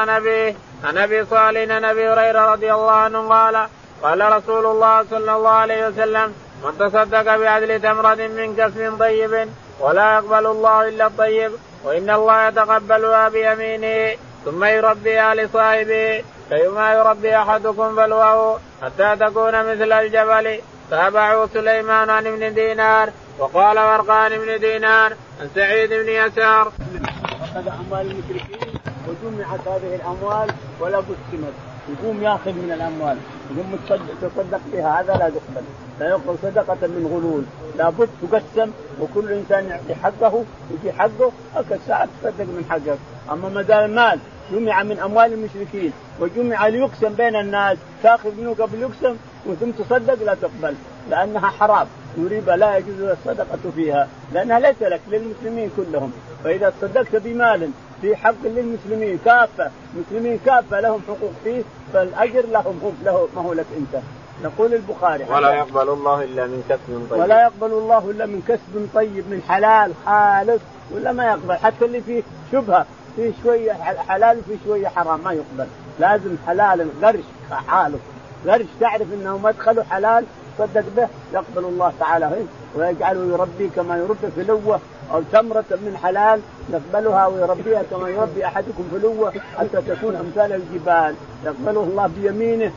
عن أبي صالح عن أبي هريرة رضي الله عنه قال رسول الله صلى الله عليه وسلم من تصدق بعدل تمرة من كسب طيب ولا يقبل الله إلا الطيب وإن الله يتقبلها بيمينه ثم يربيها لصاحبه فيما يربي أحدكم فلوه حتى تكون مثل الجبل. تابعه سليمان عن ابن دينار وقال ورقان ابن دينار عن سعيد بن يسار. أخذ أموال المشركين وجمعت هذه الأموال ولا قسمت يقوم ياخذ من الأموال يقوم تصدق بها هذا لا يقبل. لا يقبل صدقة من غلول لابد تقسم وكل إنسان يعطي حقه يجي حقه الساعة تصدق من حقك. أما ما دام المال جمع من أموال المشركين وجمع ليقسم بين الناس تأخذ منه قبل يقسم وثم تصدق لا تقبل لأنها حرام وربا لا يجوز الصدقة فيها لأنها ليس لك للمسلمين كلهم. فإذا تصدقت بمال في حق للمسلمين كافة مسلمين كافة لهم حقوق فيه فالأجر لهم هم له ما هو لك أنت. نقول البخاري ولا يقبل الله إلا من كسب طيب ولا يقبل الله إلا من كسب طيب من حلال خالص ولا ما يقبل حتى اللي فيه شبهة فيه شوية حلال وفيه شوية حرام ما يقبل. لازم حلال غرش حاله غرش تعرف إنه مدخله حلال صدق به يقبل الله تعالى ويجعله يربي كما يربي فلوة أو تمرة من حلال يقبلها ويربيها كما يربي أحدكم فلوة حتى تكون أمثال الجبال. يقبله الله بيمينه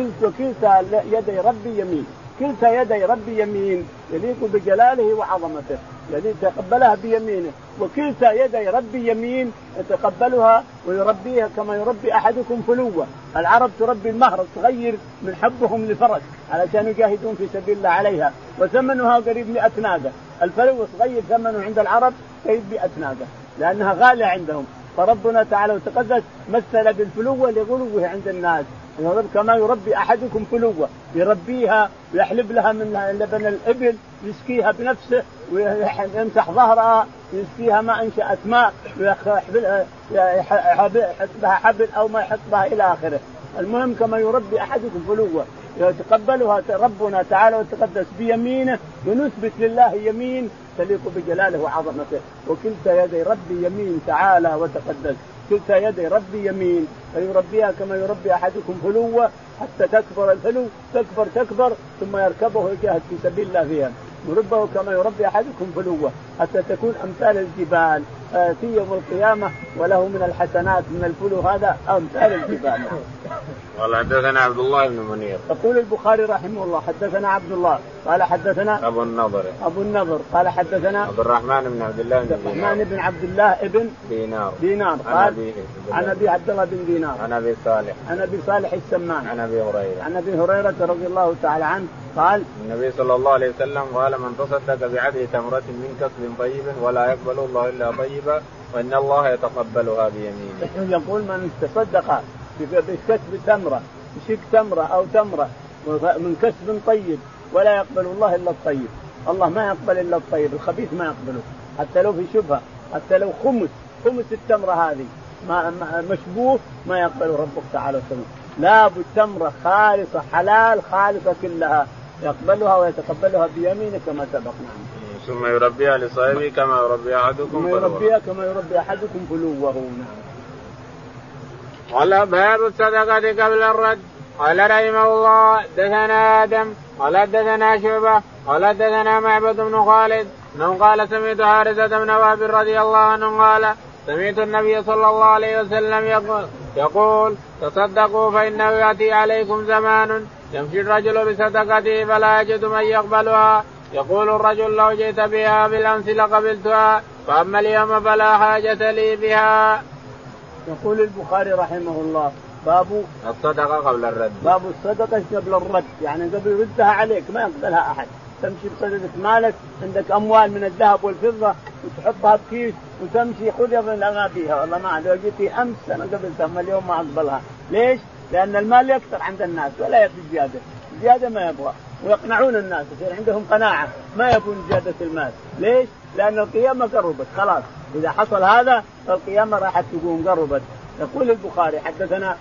وكلتا يدي ربي يمين كلتا يدي ربي يمين يليق بجلاله وعظمته الذي تقبلها بيمينه وكلتا يدي ربي يمين يتقبلها ويربيها كما يربي أحدكم فلوة. العرب تربي المهر الصغير من حبهم للفرس علشان يجاهدون في سبيل الله عليها وثمنها قريب 100 ناقة. الفلو صغير ثمنه عند العرب قريب 100 ناقة لأنها غالية عندهم. فربنا تعالى وتقدس مثل بالفلوة لغلوه عند الناس كما يربي أحدكم فلوة يربيها ويحلب لها من لبن الإبل يسقيها بنفسه ويمسح ظهرها يسقيها ما أنشأت ماء ويحطها حبل أو ما يحطها إلى آخره. المهم كما يربي أحدكم فلوة يتقبلها ربنا تعالى وتقدس بيمينه ونثبت لله يمين تليق بجلاله وعظمته. وكلتا يدي ربي يمين تعالى وتقدس كلتا يدي ربي يمين فيربيها كما يربي أحدكم فلوة حتى تكبر الفلو تكبر ثم يركبه ويجاهد في سبيل الله فيها. يربه كما يربي أحدكم فلوة حتى تكون أمثال الجبال في يوم القيامة وله من الحسنات من الفلو هذا أمثال الجبال. قال حدثنا عبد الله بن منير. يقول البخاري رحمه الله حدثنا عبد الله قال حدثنا أبو النضر قال حدثنا عبد الرحمن بن عبد الله ابن دينار قال عن أبي عبد الله بن دينار عن أبي صالح السمان عن أبي هريرة رضي الله تعالى عنه قال النبي صلى الله عليه وسلم قال من تصدق بعدل تمرة من كسب طيب ولا يقبل الله إلا طيبا وإن الله يتقبلها بيمينه. يقول من تصدق بكسب تمرة بشك تمرة أو تمرة من كسب طيب ولا يقبل الله إلا الطيب. الله ما يقبل إلا الطيب الخبيث ما يقبله حتى لو في شبهة حتى لو خمس التمرة هذه ما مشبوه ما يقبل ربك تعالى وسلم. لا بالتمرة خالصة حلال خالصة كلها يقبلها ويتقبلها بيمينه كما سبق. نعم. ثم يربيها لصاحبه كما يربي أحدكم فلوه. قال باب الصدقة قبل الرد. قال رحمه الله دثنا آدم قال دثنا شعبة قال دثنا معبد بن خالد انه قال سمعت حارثة بن وهب رضي الله عنه قال سمعت النبي صلى الله عليه وسلم يقول تصدقوا فإنه يأتي عليكم زمان يمشي الرجل بصدقته فلا يجد من يقبلها يقول الرجل لو جئت بها بالأمس لقبلتها فأما اليوم فلا حاجة لي بها. يقول البخاري رحمه الله باب الصدقة قبل الرد. باب الصدقة قبل الرد يعني قبل ردها عليك ما يقبلها أحد. تمشي بصدقة مالك عندك أموال من الذهب والفضة وتحطها بكيس وتمشي خذ يا ابن ما فيها والله ما لو جيتي أمس أنا قبلتها أما اليوم ما أقبلها. ليش؟ لأن المال يكثر عند الناس ولا يبي زيادة ما يبغى ويقنعون الناس يصير عندهم قناعة ما يبون زيادة المال. ليش؟ لأن القيامة قربت خلاص إذا حصل هذا القيامة راح تكون قربت. يقول البخاري حدثنا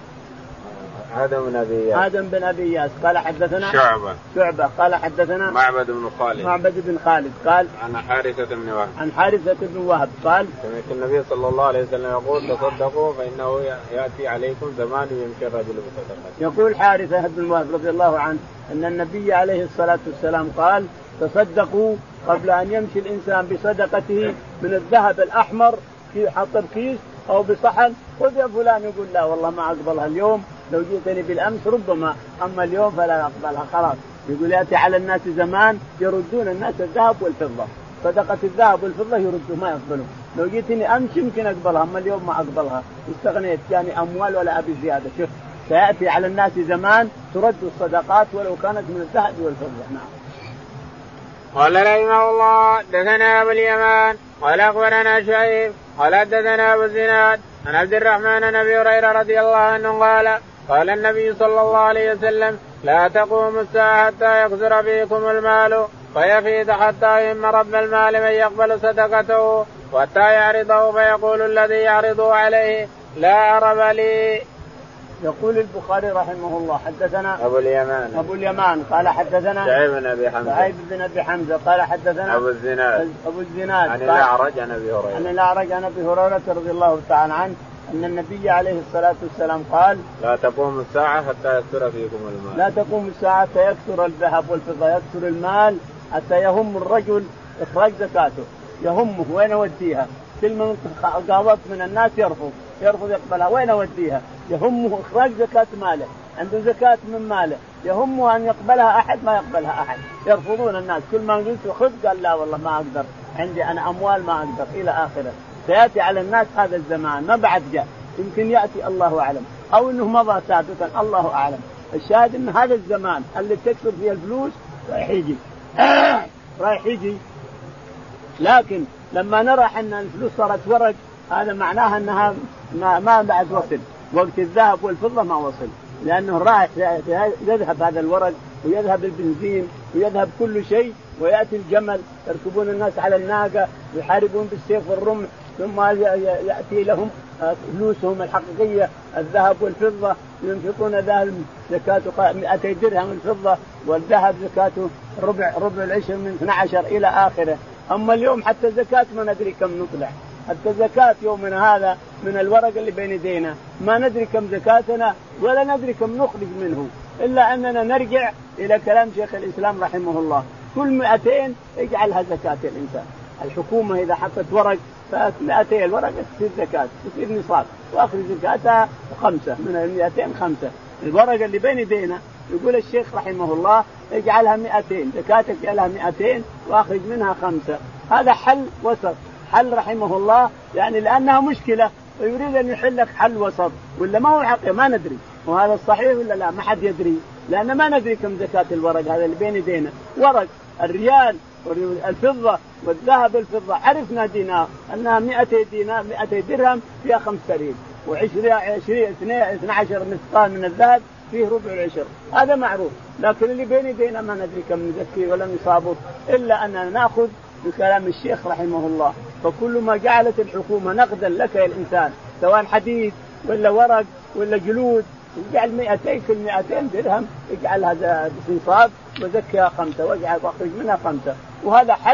آدم بن أبي إياس قال حدثنا شعبة قال حدثنا معبد بن خالد قال عن حارثة بن وهب قال سمعت النبي صلى الله عليه وسلم يقول تصدقوا فإنه يأتي عليكم زمان يمشي الرجل بصدقته. يقول حارثة بن وهب رضي الله عنه أن النبي عليه الصلاة والسلام قال تصدقوا قبل أن يمشي الإنسان بصدقته من الذهب الأحمر في حطب كيس أو بصحن خذ يا فلان يقول لا والله ما أقبلها اليوم لو جئتني بالأمس ربما أما اليوم فلا أقبلها خلاص. يقول يأتي على الناس زمان يردون الناس الذهب والفضة صدقة الذهب والفضة يردوا ما يقبلوا لو جئتني أمس يمكن أقبلها أما اليوم ما أقبلها استغنيت يعني أموال ولا أبي زيادة. شوف سيأتي على الناس زمان ترد الصدقات ولو كانت من الذهب والفضة. نعم. قال رحمه الله دثنا أبو اليمان قال أخبرنا شعيب قال دثنا أبو الزناد عن عبد الرحمن بن أبي هريرة رضي الله عنه قال النبي صلى الله عليه وسلم لا تقوم الساعة حتى يكثر فيكم المال فيفيض حتى يهم رب المال من يقبل صدقته وحتى يعرضه فيقول الذي يعرضه عليه لا عرب لي. يقول البخاري رحمه الله حدثنا أبو اليمان قال حدثنا شعيب بن أبي حمزة قال حدثنا أبو الزناد عن الأعرج عن أبي هريرة رضي الله تعالى عنه أن النبي عليه الصلاة والسلام قال لا تقوم الساعة حتى يكثر فيكم المال. لا تقوم الساعة حتى يكثر الذهب والفضة يكثر المال حتى يهم الرجل إخراج زكاته يهمه وين أوديها كل من قابضت من الناس يرفض يقبلها وين أوديها يهمه إخراج زكاة ماله عنده زكاة من ماله يهمه أن يقبلها أحد ما يقبلها أحد يرفضون الناس كل ما قلت خذ قال لا والله ما أقدر عندي أنا أموال ما أقدر إلى آخره. سيأتي على الناس هذا الزمان ما بعد جاء يمكن يأتي الله أعلم أو أنه مضى سابقا الله أعلم. الشاهد أن هذا الزمان اللي تكثر فيه الفلوس رايح يجي لكن لما نرى أن الفلوس صارت ورق هذا معناها أنها ما بعد وصل وقت الذهب والفضة ما وصل لأنه راح يذهب هذا الورق ويذهب البنزين ويذهب كل شيء ويأتي الجمل يركبون الناس على الناقة ويحاربون بالسيف والرمح ثم يأتي لهم فلوسهم الحقيقية الذهب والفضة ينفقون ذهب زكاته 200 درهم الفضة والذهب زكاته ربع العشر من 12 إلى آخره. أما اليوم حتى زكاة ما ندري كم نطلع حتى زكاة يومنا هذا من الورق اللي بين يدينا ما ندري كم زكاتنا ولا ندري كم نخرج منه إلا أننا نرجع إلى كلام شيخ الإسلام رحمه الله كل 200 يجعلها زكاة الإنسان. الحكومة إذا حطت ورق ف200 الورق تصير زكاة تصير نصاب وآخر زكاتها 5 من 200 5 الورق اللي بين يدينا. يقول الشيخ رحمه الله اجعلها 200 زكاتك اجعلها 200 واخرج منها 5. هذا حل وسط حل رحمه الله يعني لأنها مشكلة ويريد أن يحل لك حل وسط ولا ما هو حقيقي ما ندري وهذا الصحيح ولا لا ما حد يدري لأن ما ندري كم زكاة الورق هذا اللي بين يدينا ورق الريال والفضة والذهب الفضة عرفنا دينار أنها 200 دينار 200 درهم فيها 5 ريال و20 12 مثقال من الذهب فيه ربع العشر هذا معروف لكن اللي بين يدينا ما ندري كم نزكي ولا نصابه إلا أننا نأخذ بكلام الشيخ رحمه الله. فكل ما جعلت الحكومة نقدا لك يا الإنسان سواء حديد ولا ورق ولا جلود يجعل 200 كل 200 درهم يجعل هذا نصاب وزكيها 5 واجعل واخرج منها 5 وهذا حل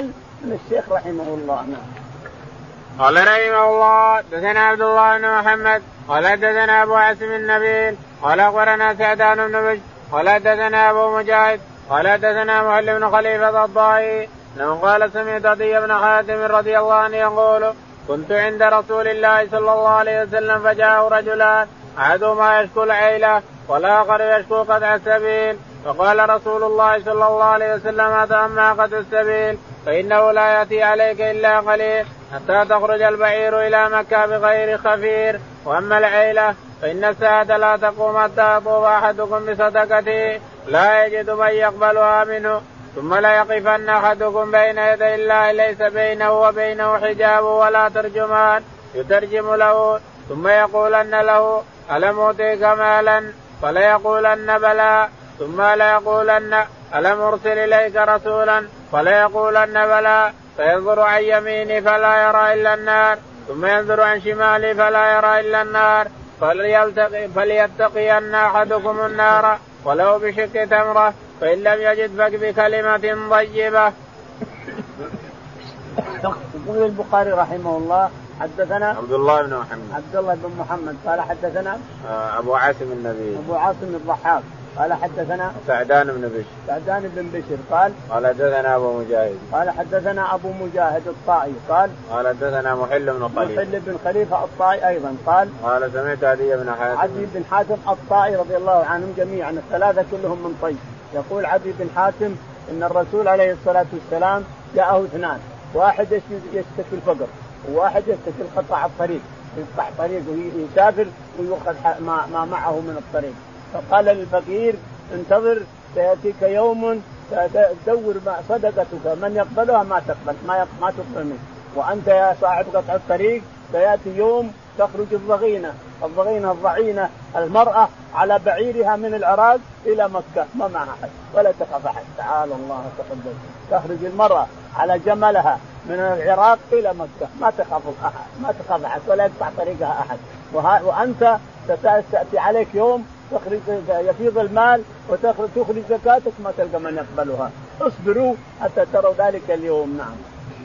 من الشيخ رحمه الله. نعم. قال رحمه الله حدثنا عبد الله بن محمد قال حدثنا ابو عاصم النبيل قال اخبرنا سعدان بن بشر قال حدثنا ابو مجاهد قال حدثنا محل بن خليفه الضائي انه قال سمعت عدي بن حاتم رضي الله عنه يقول كنت عند رسول الله صلى الله عليه وسلم فجاءه رجلان احدهما يشكو العيله والاخر يشكو قطع السبيل فقال رسول الله صلى الله عليه وسلم أما قطع السبيل فإنه لا يأتي عليك إلا قليل حتى تخرج البعير إلى مكة بغير خفير، وأما العيلة فإن الساعة لا تقوم حتى يطوف أحدكم بصدقته لا يجد من يقبلها منه، ثم لا يقفن أحدكم بين يدي الله ليس بينه وبينه حجاب ولا ترجمان يترجم له، ثم يقولن له ألم أوتيك مالا فلا يقولن بلى، ثم لا يقولن ألم أرسل إليك رسولا فلا يقولن بلى، فينظر عن يمينه فلا يرى إلا النار، ثم ينظر عن شماله فلا يرى إلا النار، فليتقين أحدكم النار ولو بشق تمرة، فإن لم يجد بكلمة طيبة. يقول البخاري رحمه الله حدثنا عبد الله بن محمد قال حدثنا أبو عاصم النبي أبو عاصم الضحاك قال حدثنا سعدان بن بشر قال حدثنا أبو مجاهد قال حدثنا أبو مجاهد الطائي قال حدثنا محل بن خليفة الطائي أيضا قال سمعت عدي بن حاتم الطائي رضي الله عنهم جميعا الثلاثة كلهم من طي. يقول عدي بن حاتم إن الرسول عليه الصلاة والسلام جاءه اثنان، واحد يشتكي الفقر وواحد يشتكي القطع الطريق، يقطع طريق ويسافر ويأخذ ما معه من الطريق، فقال للفقير انتظر سيأتيك يوم تدور صدقتك من يقبلها ما تقبل ما تقبل منه، وأنت يا صاحب قطع الطريق سيأتي يوم تخرج الضغينة الضعينة المرأة على بعيرها من العراق إلى مكة ما معها أحد ولا تخاف أحد، تعالى الله تقدم، تخرج المرأة على جملها من العراق إلى مكة ما تخاف أحد ولا يقطع طريقها أحد، وأنت ستأتي عليك يوم يفيض المال وتخرج زكاتك ما تلقى من يقبلها، اصبروا حتى تروا ذلك اليوم. نعم.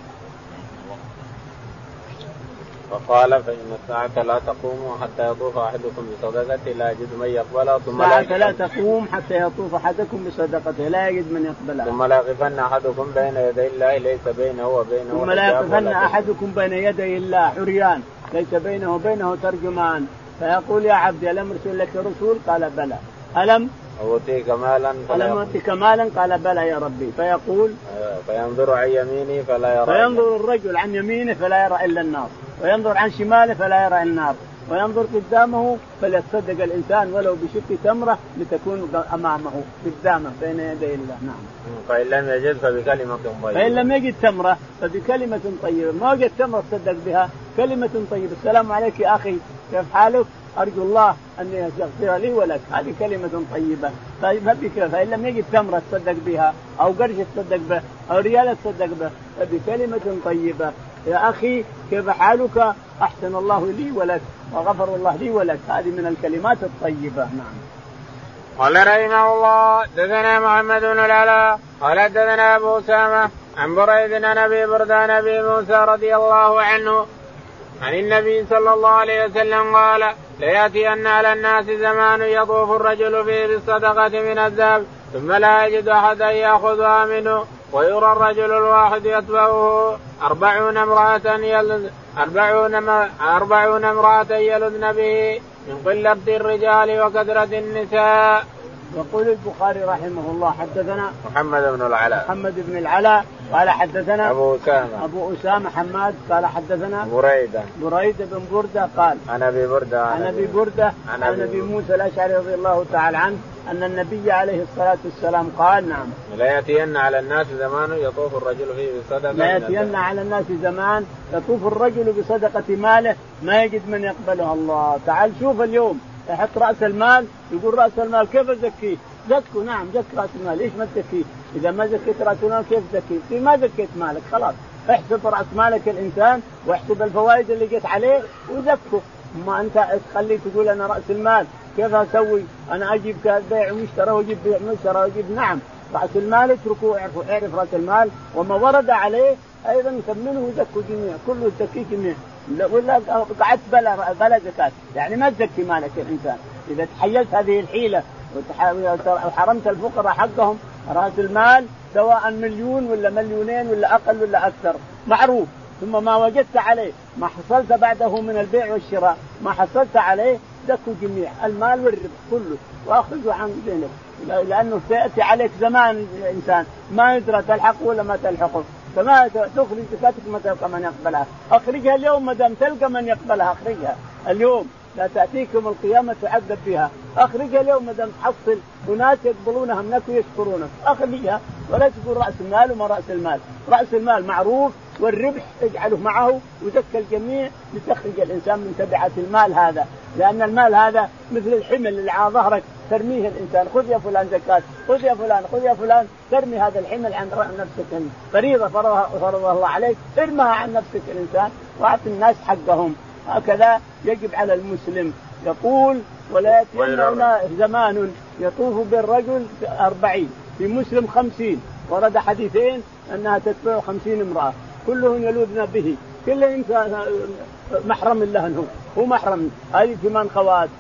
فقال فإن الساعة لا تقوم حتى يطوف أحدكم بصدقته لا يجد من يقبلها، الساعة لا تقوم حتى يطوف أحدكم بصدقته لا يجد من يقبلها، ثم لا يقفن أحدكم بين يدي الله ليس بينه وبينه ثم لا يقفن أحدكم بين يدي الله عريان ليس بينه وبينه ترجمان، فيقول يا عبدي ألم أرسل لك رسول؟ قال بلى. ألم أوتيك مالا؟ قال بلى يا ربي. فيقول فينظر عن يمينه فلا يرى، فينظر الرجل عن يمينه فلا يرى إلا النار، وينظر عن شماله فلا يرى النار، وينظر قدامه فليتصدق الإنسان ولو بشق تمرة لتكون أمامه قدامه بين يدي الله. نعم. فإن لم يجد فبكلمة طيبة، فإن لم يجد تمرة فبكلمة طيبة، ما وجد تمرة تصدق بها كلمة طيبة، السلام عليك يا أخي كيف حالك؟ أرجو الله أن يغفر لي ولك، هذه كلمة طيبة. فإن لم يجد تمرة تصدق بها أو قرش تصدق به أو ريال تصدق به فبكلمة طيبة، يا أخي كيف حالك؟ أحسن الله لي ولك وغفر الله لي ولك، هذه من الكلمات الطيبة. نعم. قال رحمه الله حدثنا محمد بن العلاء قال حدثنا أبو أسامة عن بريد بن أبي بردان أبي موسى رضي الله عنه عن النبي صلى الله عليه وسلم قال ليأتين على الناس زمان يطوف الرجل فيه بالصدقة من الذهب ثم لا يجد أحدا يأخذها منه، ويرى الرجل الواحد يتبعه 40 امرأة يلذن به من قلة الرجال وكثرة النساء. يقول البخاري رحمه الله حدثنا محمد بن العلاء قال حدثنا أبو أسامة حماد قال حدثنا بريدة بن بردة قال عن أبي بردة عن أبي موسى الأشعري رضي الله تعالى عنه أن النبي عليه الصلاة والسلام قال نعم لا يأتين على الناس زمان يطوف الرجل فيه بصدقة، لا يأتين على الناس زمان يطوف الرجل بصدقة ماله ما يجد من يقبلها. الله تعال شوف اليوم يحط رأس المال يقول رأس المال كيف أزكيه؟ زكوا نعم زك رأس المال، ليش ما تزكيه؟ إذا ما زكيت رأس المال كيف زكيه؟ ما زكيت مالك خلاص احسب رأس مالك الإنسان واحسب الفوائد اللي جت عليه وزكه، ما أنت تخلي تقول أنا رأس المال كيف أسوي؟ أنا أجيب بيع ومشترى وأجيب بيع ومشترى وأجيب. نعم رأس المال اتركوا اعرف رأس المال وما ورد عليه أيضا كمله وزكوا جميع، كله زكي جميع. ولا قعدت بلا زكاة، يعني ما تزكي مالك الإنسان. إذا تحيلت هذه الحيلة وحرمت الفقراء حقهم، رأس المال سواء مليون ولا مليونين ولا أقل ولا أكثر معروف، ثم ما وجدت عليه ما حصلت بعده من البيع والشراء ما حصلت عليه زكوا جميع المال والربح كله وأخذوا عن دينك، لأنه سيأتي عليك زمان إنسان ما يدرى تلحق ولا ما تلحقه، فما تخرج زكاتك ما تلقى من يقبلها، أخرجها اليوم ما دام تلقى من يقبلها، أخرجها اليوم لا تأتيكم القيامة تعذب بها، أخرجها اليوم ما دام تحصل وناس يقبلونها منك ويشكرونك، أخرجها ولا تقول رأس المال وما رأس المال، رأس المال معروف والربح اجعله معه وزكى الجميع لتخرج الإنسان من تبعات المال هذا، لأن المال هذا مثل الحمل اللي على ظهرك ترميه الإنسان، خذ يا فلان زكاة، خذ يا فلان، خذ يا فلان، ترمي هذا الحمل عن نفسك، فريضة فرضها الله عليك، ارمها عن نفسك الإنسان وأعطي الناس حقهم. هكذا يجب على المسلم. يقول ولا يأتينا زمان يطوف بالرجل 40 في مسلم 50، ورد حديثين أنها تتبع 50 امرأة كلهم يلوذن به، كل إنسان محرم له، هو محرم، هذه 8 خوات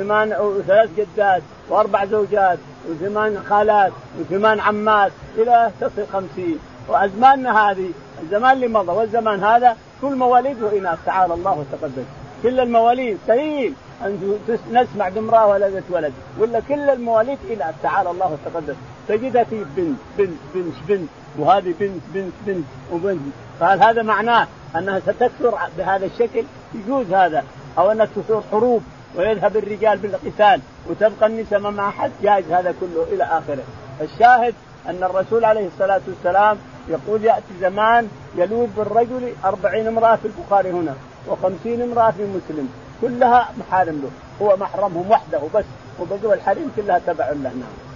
و3 جدات و4 زوجات و8 خالات و8 عمات إلى تصل 50. وأزماننا هذه الزمان اللي مضى والزمان هذا كل مواليده إناث تعالى الله وتقدس، كل المواليد قليل أن نسمع بامرأة ولدت ولد، ولا كل المواليد إناث تعالى الله وتقدس، تجدها في بنت بنت بنت بنت وهذه بنت بنت بنت وبنت، قال هذا معناه أنها ستكثر بهذا الشكل، يجوز هذا، أو أنك تصير حروب ويذهب الرجال بالقتال وتبقى النساء مع أحد، جائز هذا كله إلى آخره. الشاهد أن الرسول عليه الصلاة والسلام يقول يأتي زمان يلوذ بالرجل 40 امرأة في البخاري هنا و50 امرأة في مسلم، كلها محارم له، هو محرمهم وحده بس، وبقوا الحريم كلها تبع له.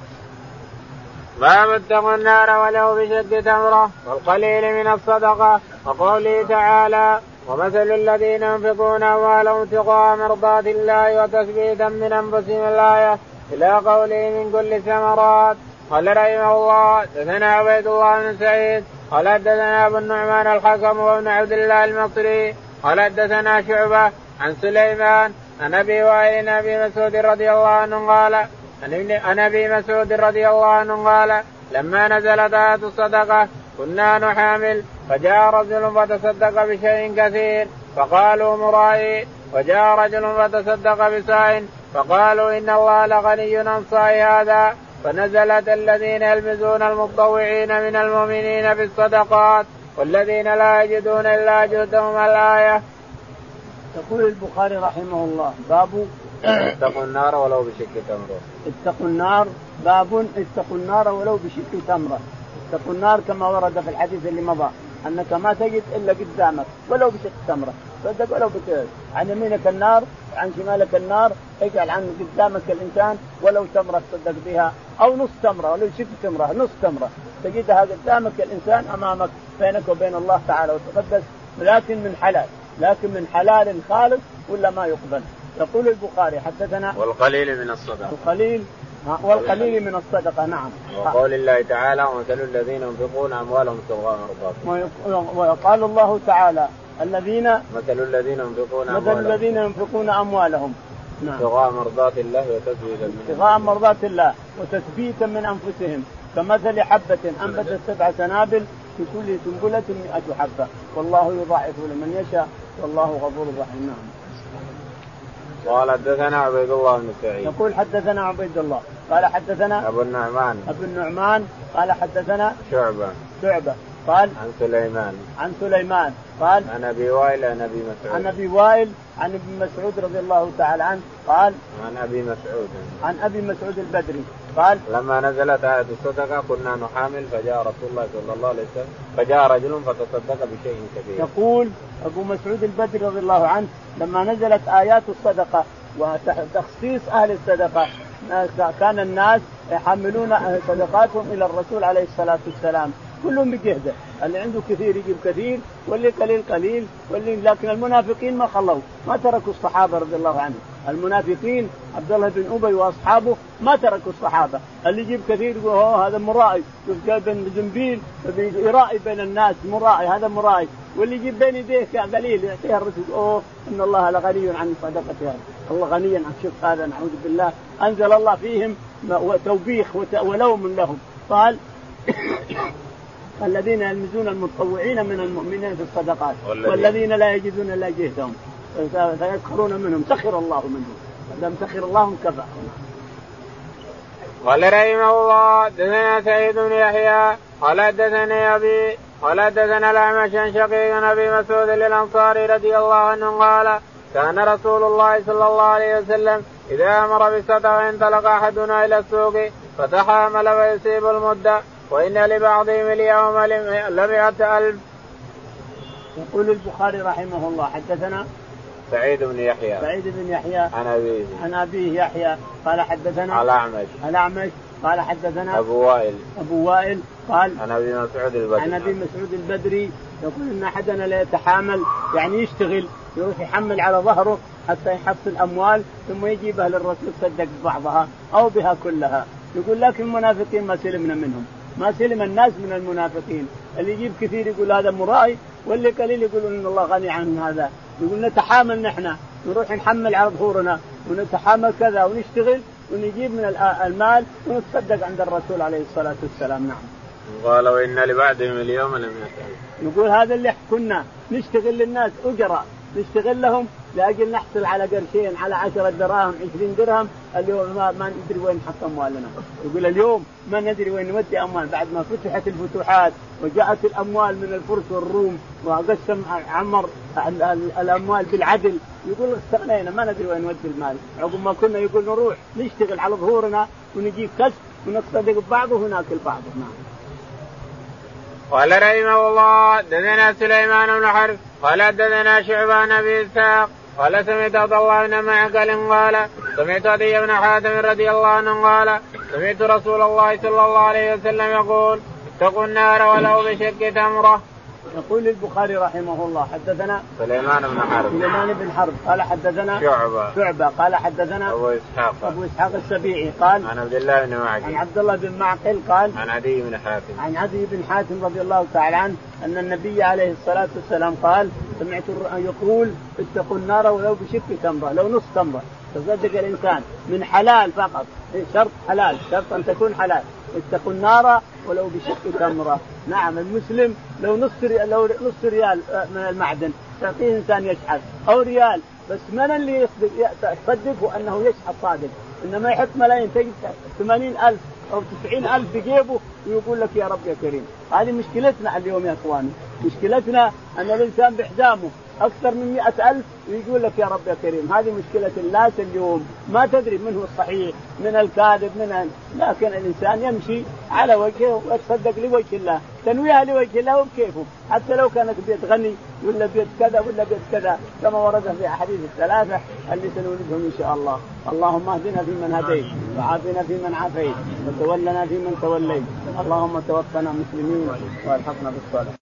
باب اتقوا النار ولو بشق تمرة والقليل من الصدقة، وقوله تعالى ومثل الذين ينفقون أموالهم ابتغاء مرضات الله وتثبيتا من أنفسهم الآية إلى قوله من كل ثمرات. قال رحمه الله حدثنا عبيد الله بن سعيد قال حدثنا أبو النعمان الحكم وابن عبد الله المصري قال حدثنا شعبة عن سليمان عن أبي وائل أبي مسعود رضي الله عنه قال عن أبي مسعود رضي الله عنه قال لما نزلت آية الصدقة كنا نحامل فجاء رجل فتصدق بشيء كثير فقالوا مرائي، وجاء رجل فتصدق بساء فقالوا إن الله لغني عن صاع هذا، فنزلت الذين يلمزون المتطوعين من المؤمنين بالصدقات والذين لا يجدون إلا جهدهم الآية. يقول البخاري رحمه الله باب اتقوا النار ولو بشق تمرة. اتقوا النار، باب اتقوا النار ولو بشق تمرة. اتقوا النار كما ورد في الحديث اللي مضى أنك ما تجد إلا قدامك ولو بشق تمرة، صدق ولو بكذا، عن يمينك النار عن شمالك النار، اجعل عن قدامك الإنسان ولو تمرة تصدق بها أو نص تمرة ولو شق تمرة، نص تمرة تجدها قدامك الإنسان أمامك بينك وبين الله تعالى وتقدس، لكن من حلال، لكن من حلال خالص ولا ما يقبل. يقول البخاري حدثنا والقليل من الصدقة، والقليل من الصدقة. نعم. وقول الله تعالى ومثل الذين ينفقون أموالهم ابتغاء مرضات الله، وقال الله تعالى الذين مثل الذين ينفقون أموالهم ابتغاء مرضات الله وتثبيتا من أنفسهم كمثل حبة أنبتت 7 سنابل في كل سنبلة 100 حبة والله يضاعف لمن يشاء والله غفور رحيم. نعم. قال حدثنا عبيد الله بن سعيد يقول حدثنا عبيد الله قال حدثنا أبو النعمان قال حدثنا شعبة قال عن سليمان قال عن أبي وائل عن ابن مسعود رضي الله تعالى عنه قال عن أبي مسعود البدري قال لما نزلت آية الصدقة كنا نحامل فجاء رسول الله صلى الله عليه وسلم فجاء رجل فتصدق بشيء كثير. يقول أبو مسعود البدري رضي الله عنه لما نزلت آيات الصدقة وتخصيص أهل الصدقة كان الناس يحملون صدقاتهم إلى الرسول عليه الصلاة والسلام كلهم بجهده، اللي عنده كثير يجيب كثير واللي قليل قليل، لكن المنافقين ما خلوا، ما تركوا الصحابة رضي الله عنهم، المنافقين عبد الله بن أبي وأصحابه ما تركوا الصحابة. اللي يجيب كثير يقول هذا مرائي، جاي بن زنبيل يرائي بين الناس، مرائي هذا مرائي، واللي يجيب بين يديه قليل يعطيها الرسول. إن الله لغني عن صدقتها، الله غني عن شرك هذا، نعوذ بالله. أنزل الله فيهم وتوبيخ ولوم لهم، قال الذين يلمزون المتطوعين من المؤمنين في الصدقات والذين لا يجدون إلا جهدهم فيسخرون منهم سخر الله منهم، لم سخر الله كفى. قال رحمه الله دثنا سعيد بن يحيى قال حدثني أبي قال حدثنا الأعمش عن شقيق عن أبي مسعود الأنصاري رضي الله عنه قال كان رسول الله صلى الله عليه وسلم إذا أمر بالصدقة انطلق أحدنا إلى السوق فتحامل ويصيب المدة وإن لبعضهم اليوم ل100,000. يقول البخاري رحمه الله حدثنا سعيد بن يحيى عن أبيه يحيى قال حدثنا الأعمش قال حدثنا أبو وائل قال عن أبي مسعود البدري يقول إن أحدنا لا يتحامل، يعني يشتغل يروح يحمل على ظهره حتى يحصل أموال ثم يجيبها للرسول صدق بعضها أو بها كلها. يقول لكن المنافقين ما سلمنا منهم، ما سلم الناس من المنافقين. اللي يجيب كثير يقول هذا مرائي، واللي قليل يقول إن الله غني عن هذا. يقول نتحامل نحن نروح نحمل على ظهورنا ونتحامل كذا ونشتغل ونجيب من المال ونتصدق عند الرسول عليه الصلاة والسلام. نعم. قال وإن لبعضهم اليوم ل100,000. يقول هذا اللي كنا نشتغل للناس أجراء، نشتغل لهم لأجل نحصل على قرشين، على 10 دراهم 20 درهم، اليوم ما ندري وين نحط أموالنا. يقول اليوم ما ندري وين نودي أموال بعد ما فتحت الفتوحات وجاءت الأموال من الفرس والروم وقسم عمر الأموال بالعدل. يقول استغنينا ما ندري وين نودي المال. عقب ما كنا يقول نروح نشتغل على ظهورنا ونجيب كسب ونتصدق بعضه وناكل بعضه. نعم. قال رحمه الله دثنا سليمان بن حرب قال دثنا شعبان بن إسحاق قال سمعت عبد الله بن معقل قال سمعت عدي بن حاتم رضي الله عنه قال سمعت رسول الله صلى الله عليه وسلم يقول اتقوا النار ولو بشق تمرة. يقول البخاري رحمه الله حدثنا سليمان بن حرب قال حدثنا شعبة قال حدثنا أبو إسحاق السبيعي قال عن عبد الله بن معقل قال عن عدي بن حاتم رضي الله تعالى عنه أن النبي عليه الصلاة والسلام قال سمعت يقول اتقوا النار ولو بشق تمرة، لو نص تمرة تصدق الإنسان من حلال فقط، شرط حلال، شرط أن تكون حلال. اتقوا النار ولو بشق تمرة. نعم. المسلم لو نص ريال من المعدن تعطيه إنسان يشحذ أو ريال بس، من اللي يصدقه أنه يشحذ صادق؟ إنما يحط ملايين تجد 80,000 أو 90,000 بجيبه ويقول لك يا رب يا كريم. هذه مشكلتنا اليوم يا إخواني، مشكلتنا أن الإنسان بحزامه أكثر من 100,000 ويقول لك يا رب يا كريم. هذه مشكلة الناس اليوم، ما تدري من هو الصحيح من الكاذب لكن الإنسان يمشي على وجهه ويتصدق لوجه الله، تنويها لوجه الله وبكيفه، حتى لو كانت بيت غني ولا بيت كذا ولا بيت كذا، كما ورد في أحاديث الثلاثة اللي سنوردهم إن شاء الله. اللهم اهدنا فيمن هديت وعافنا فيمن عافيت وتولنا فيمن توليت. اللهم توفنا مسلمين والحقنا بالصالحين.